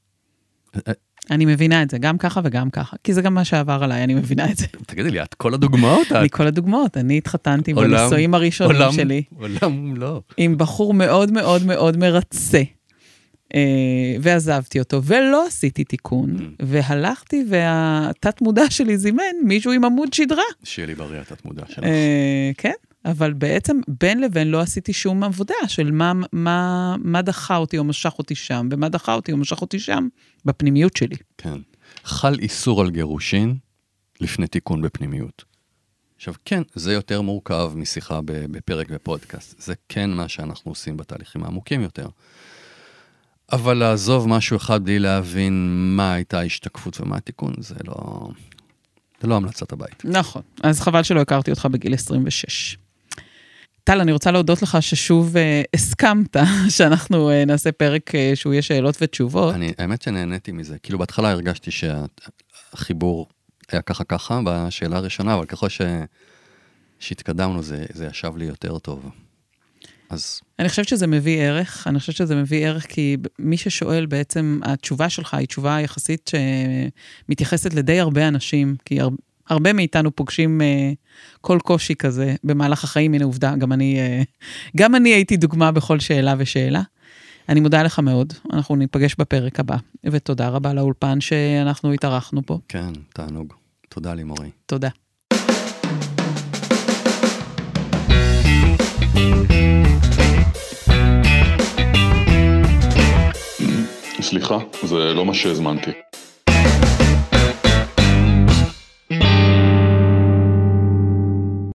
אני מבינה את זה, גם ככה וגם ככה, כי זה גם מה שעבר עליי, אני מבינה את זה. תגידי לי, את כל הדוגמאות? מכל הדוגמאות, אני התחתנתי בנישואים הראשונים שלי. עולם לא. עם בחור מאוד מאוד מאוד מרצה. ועזבתי אותו, ולא עשיתי תיקון, והלכתי והתת מודע שלי זימן מישהו עם עמוד שדרה. שיהיה לי בריא התת מודע שלך. כן, אבל בעצם בין לבין לא עשיתי שום עבודה של מה דחה אותי או משך אותי שם, ומה דחה אותי או משך אותי שם בפנימיות שלי. כן. חל איסור על גירושין לפני תיקון בפנימיות. עכשיו כן, זה יותר מורכב משיחה בפרק בפודקאסט. זה כן מה שאנחנו עושים בתהליכים העמוקים יותר. אבל לעזוב משהו אחד בלי להבין מה הייתה ההשתקפות ומה התיקון, זה לא המלצת הבית. נכון, אז חבל שלא הכרתי אותך בגיל 26. טל, אני רוצה להודות לך ששוב הסכמת שאנחנו נעשה פרק שהוא יהיה שאלות ותשובות. האמת שנהניתי מזה, כאילו בהתחלה הרגשתי שהחיבור היה ככה בשאלה הראשונה, אבל ככל שהתקדמנו זה ישב לי יותר טוב. אז... אני חושבת שזה מביא ערך, כי מי ששואל בעצם, התשובה שלך היא תשובה יחסית שמתייחסת לידי הרבה אנשים, כי הרבה מאיתנו פוגשים כל קושי כזה במהלך החיים, הנה עובדה, גם אני הייתי דוגמה בכל שאלה ושאלה. אני מודה לך מאוד, אנחנו ניפגש בפרק הבא, ותודה רבה לאולפן שאנחנו התארחנו פה. כן, תענוג. תודה לימורי. תודה. סליחה, זה לא מה שהזמנתי.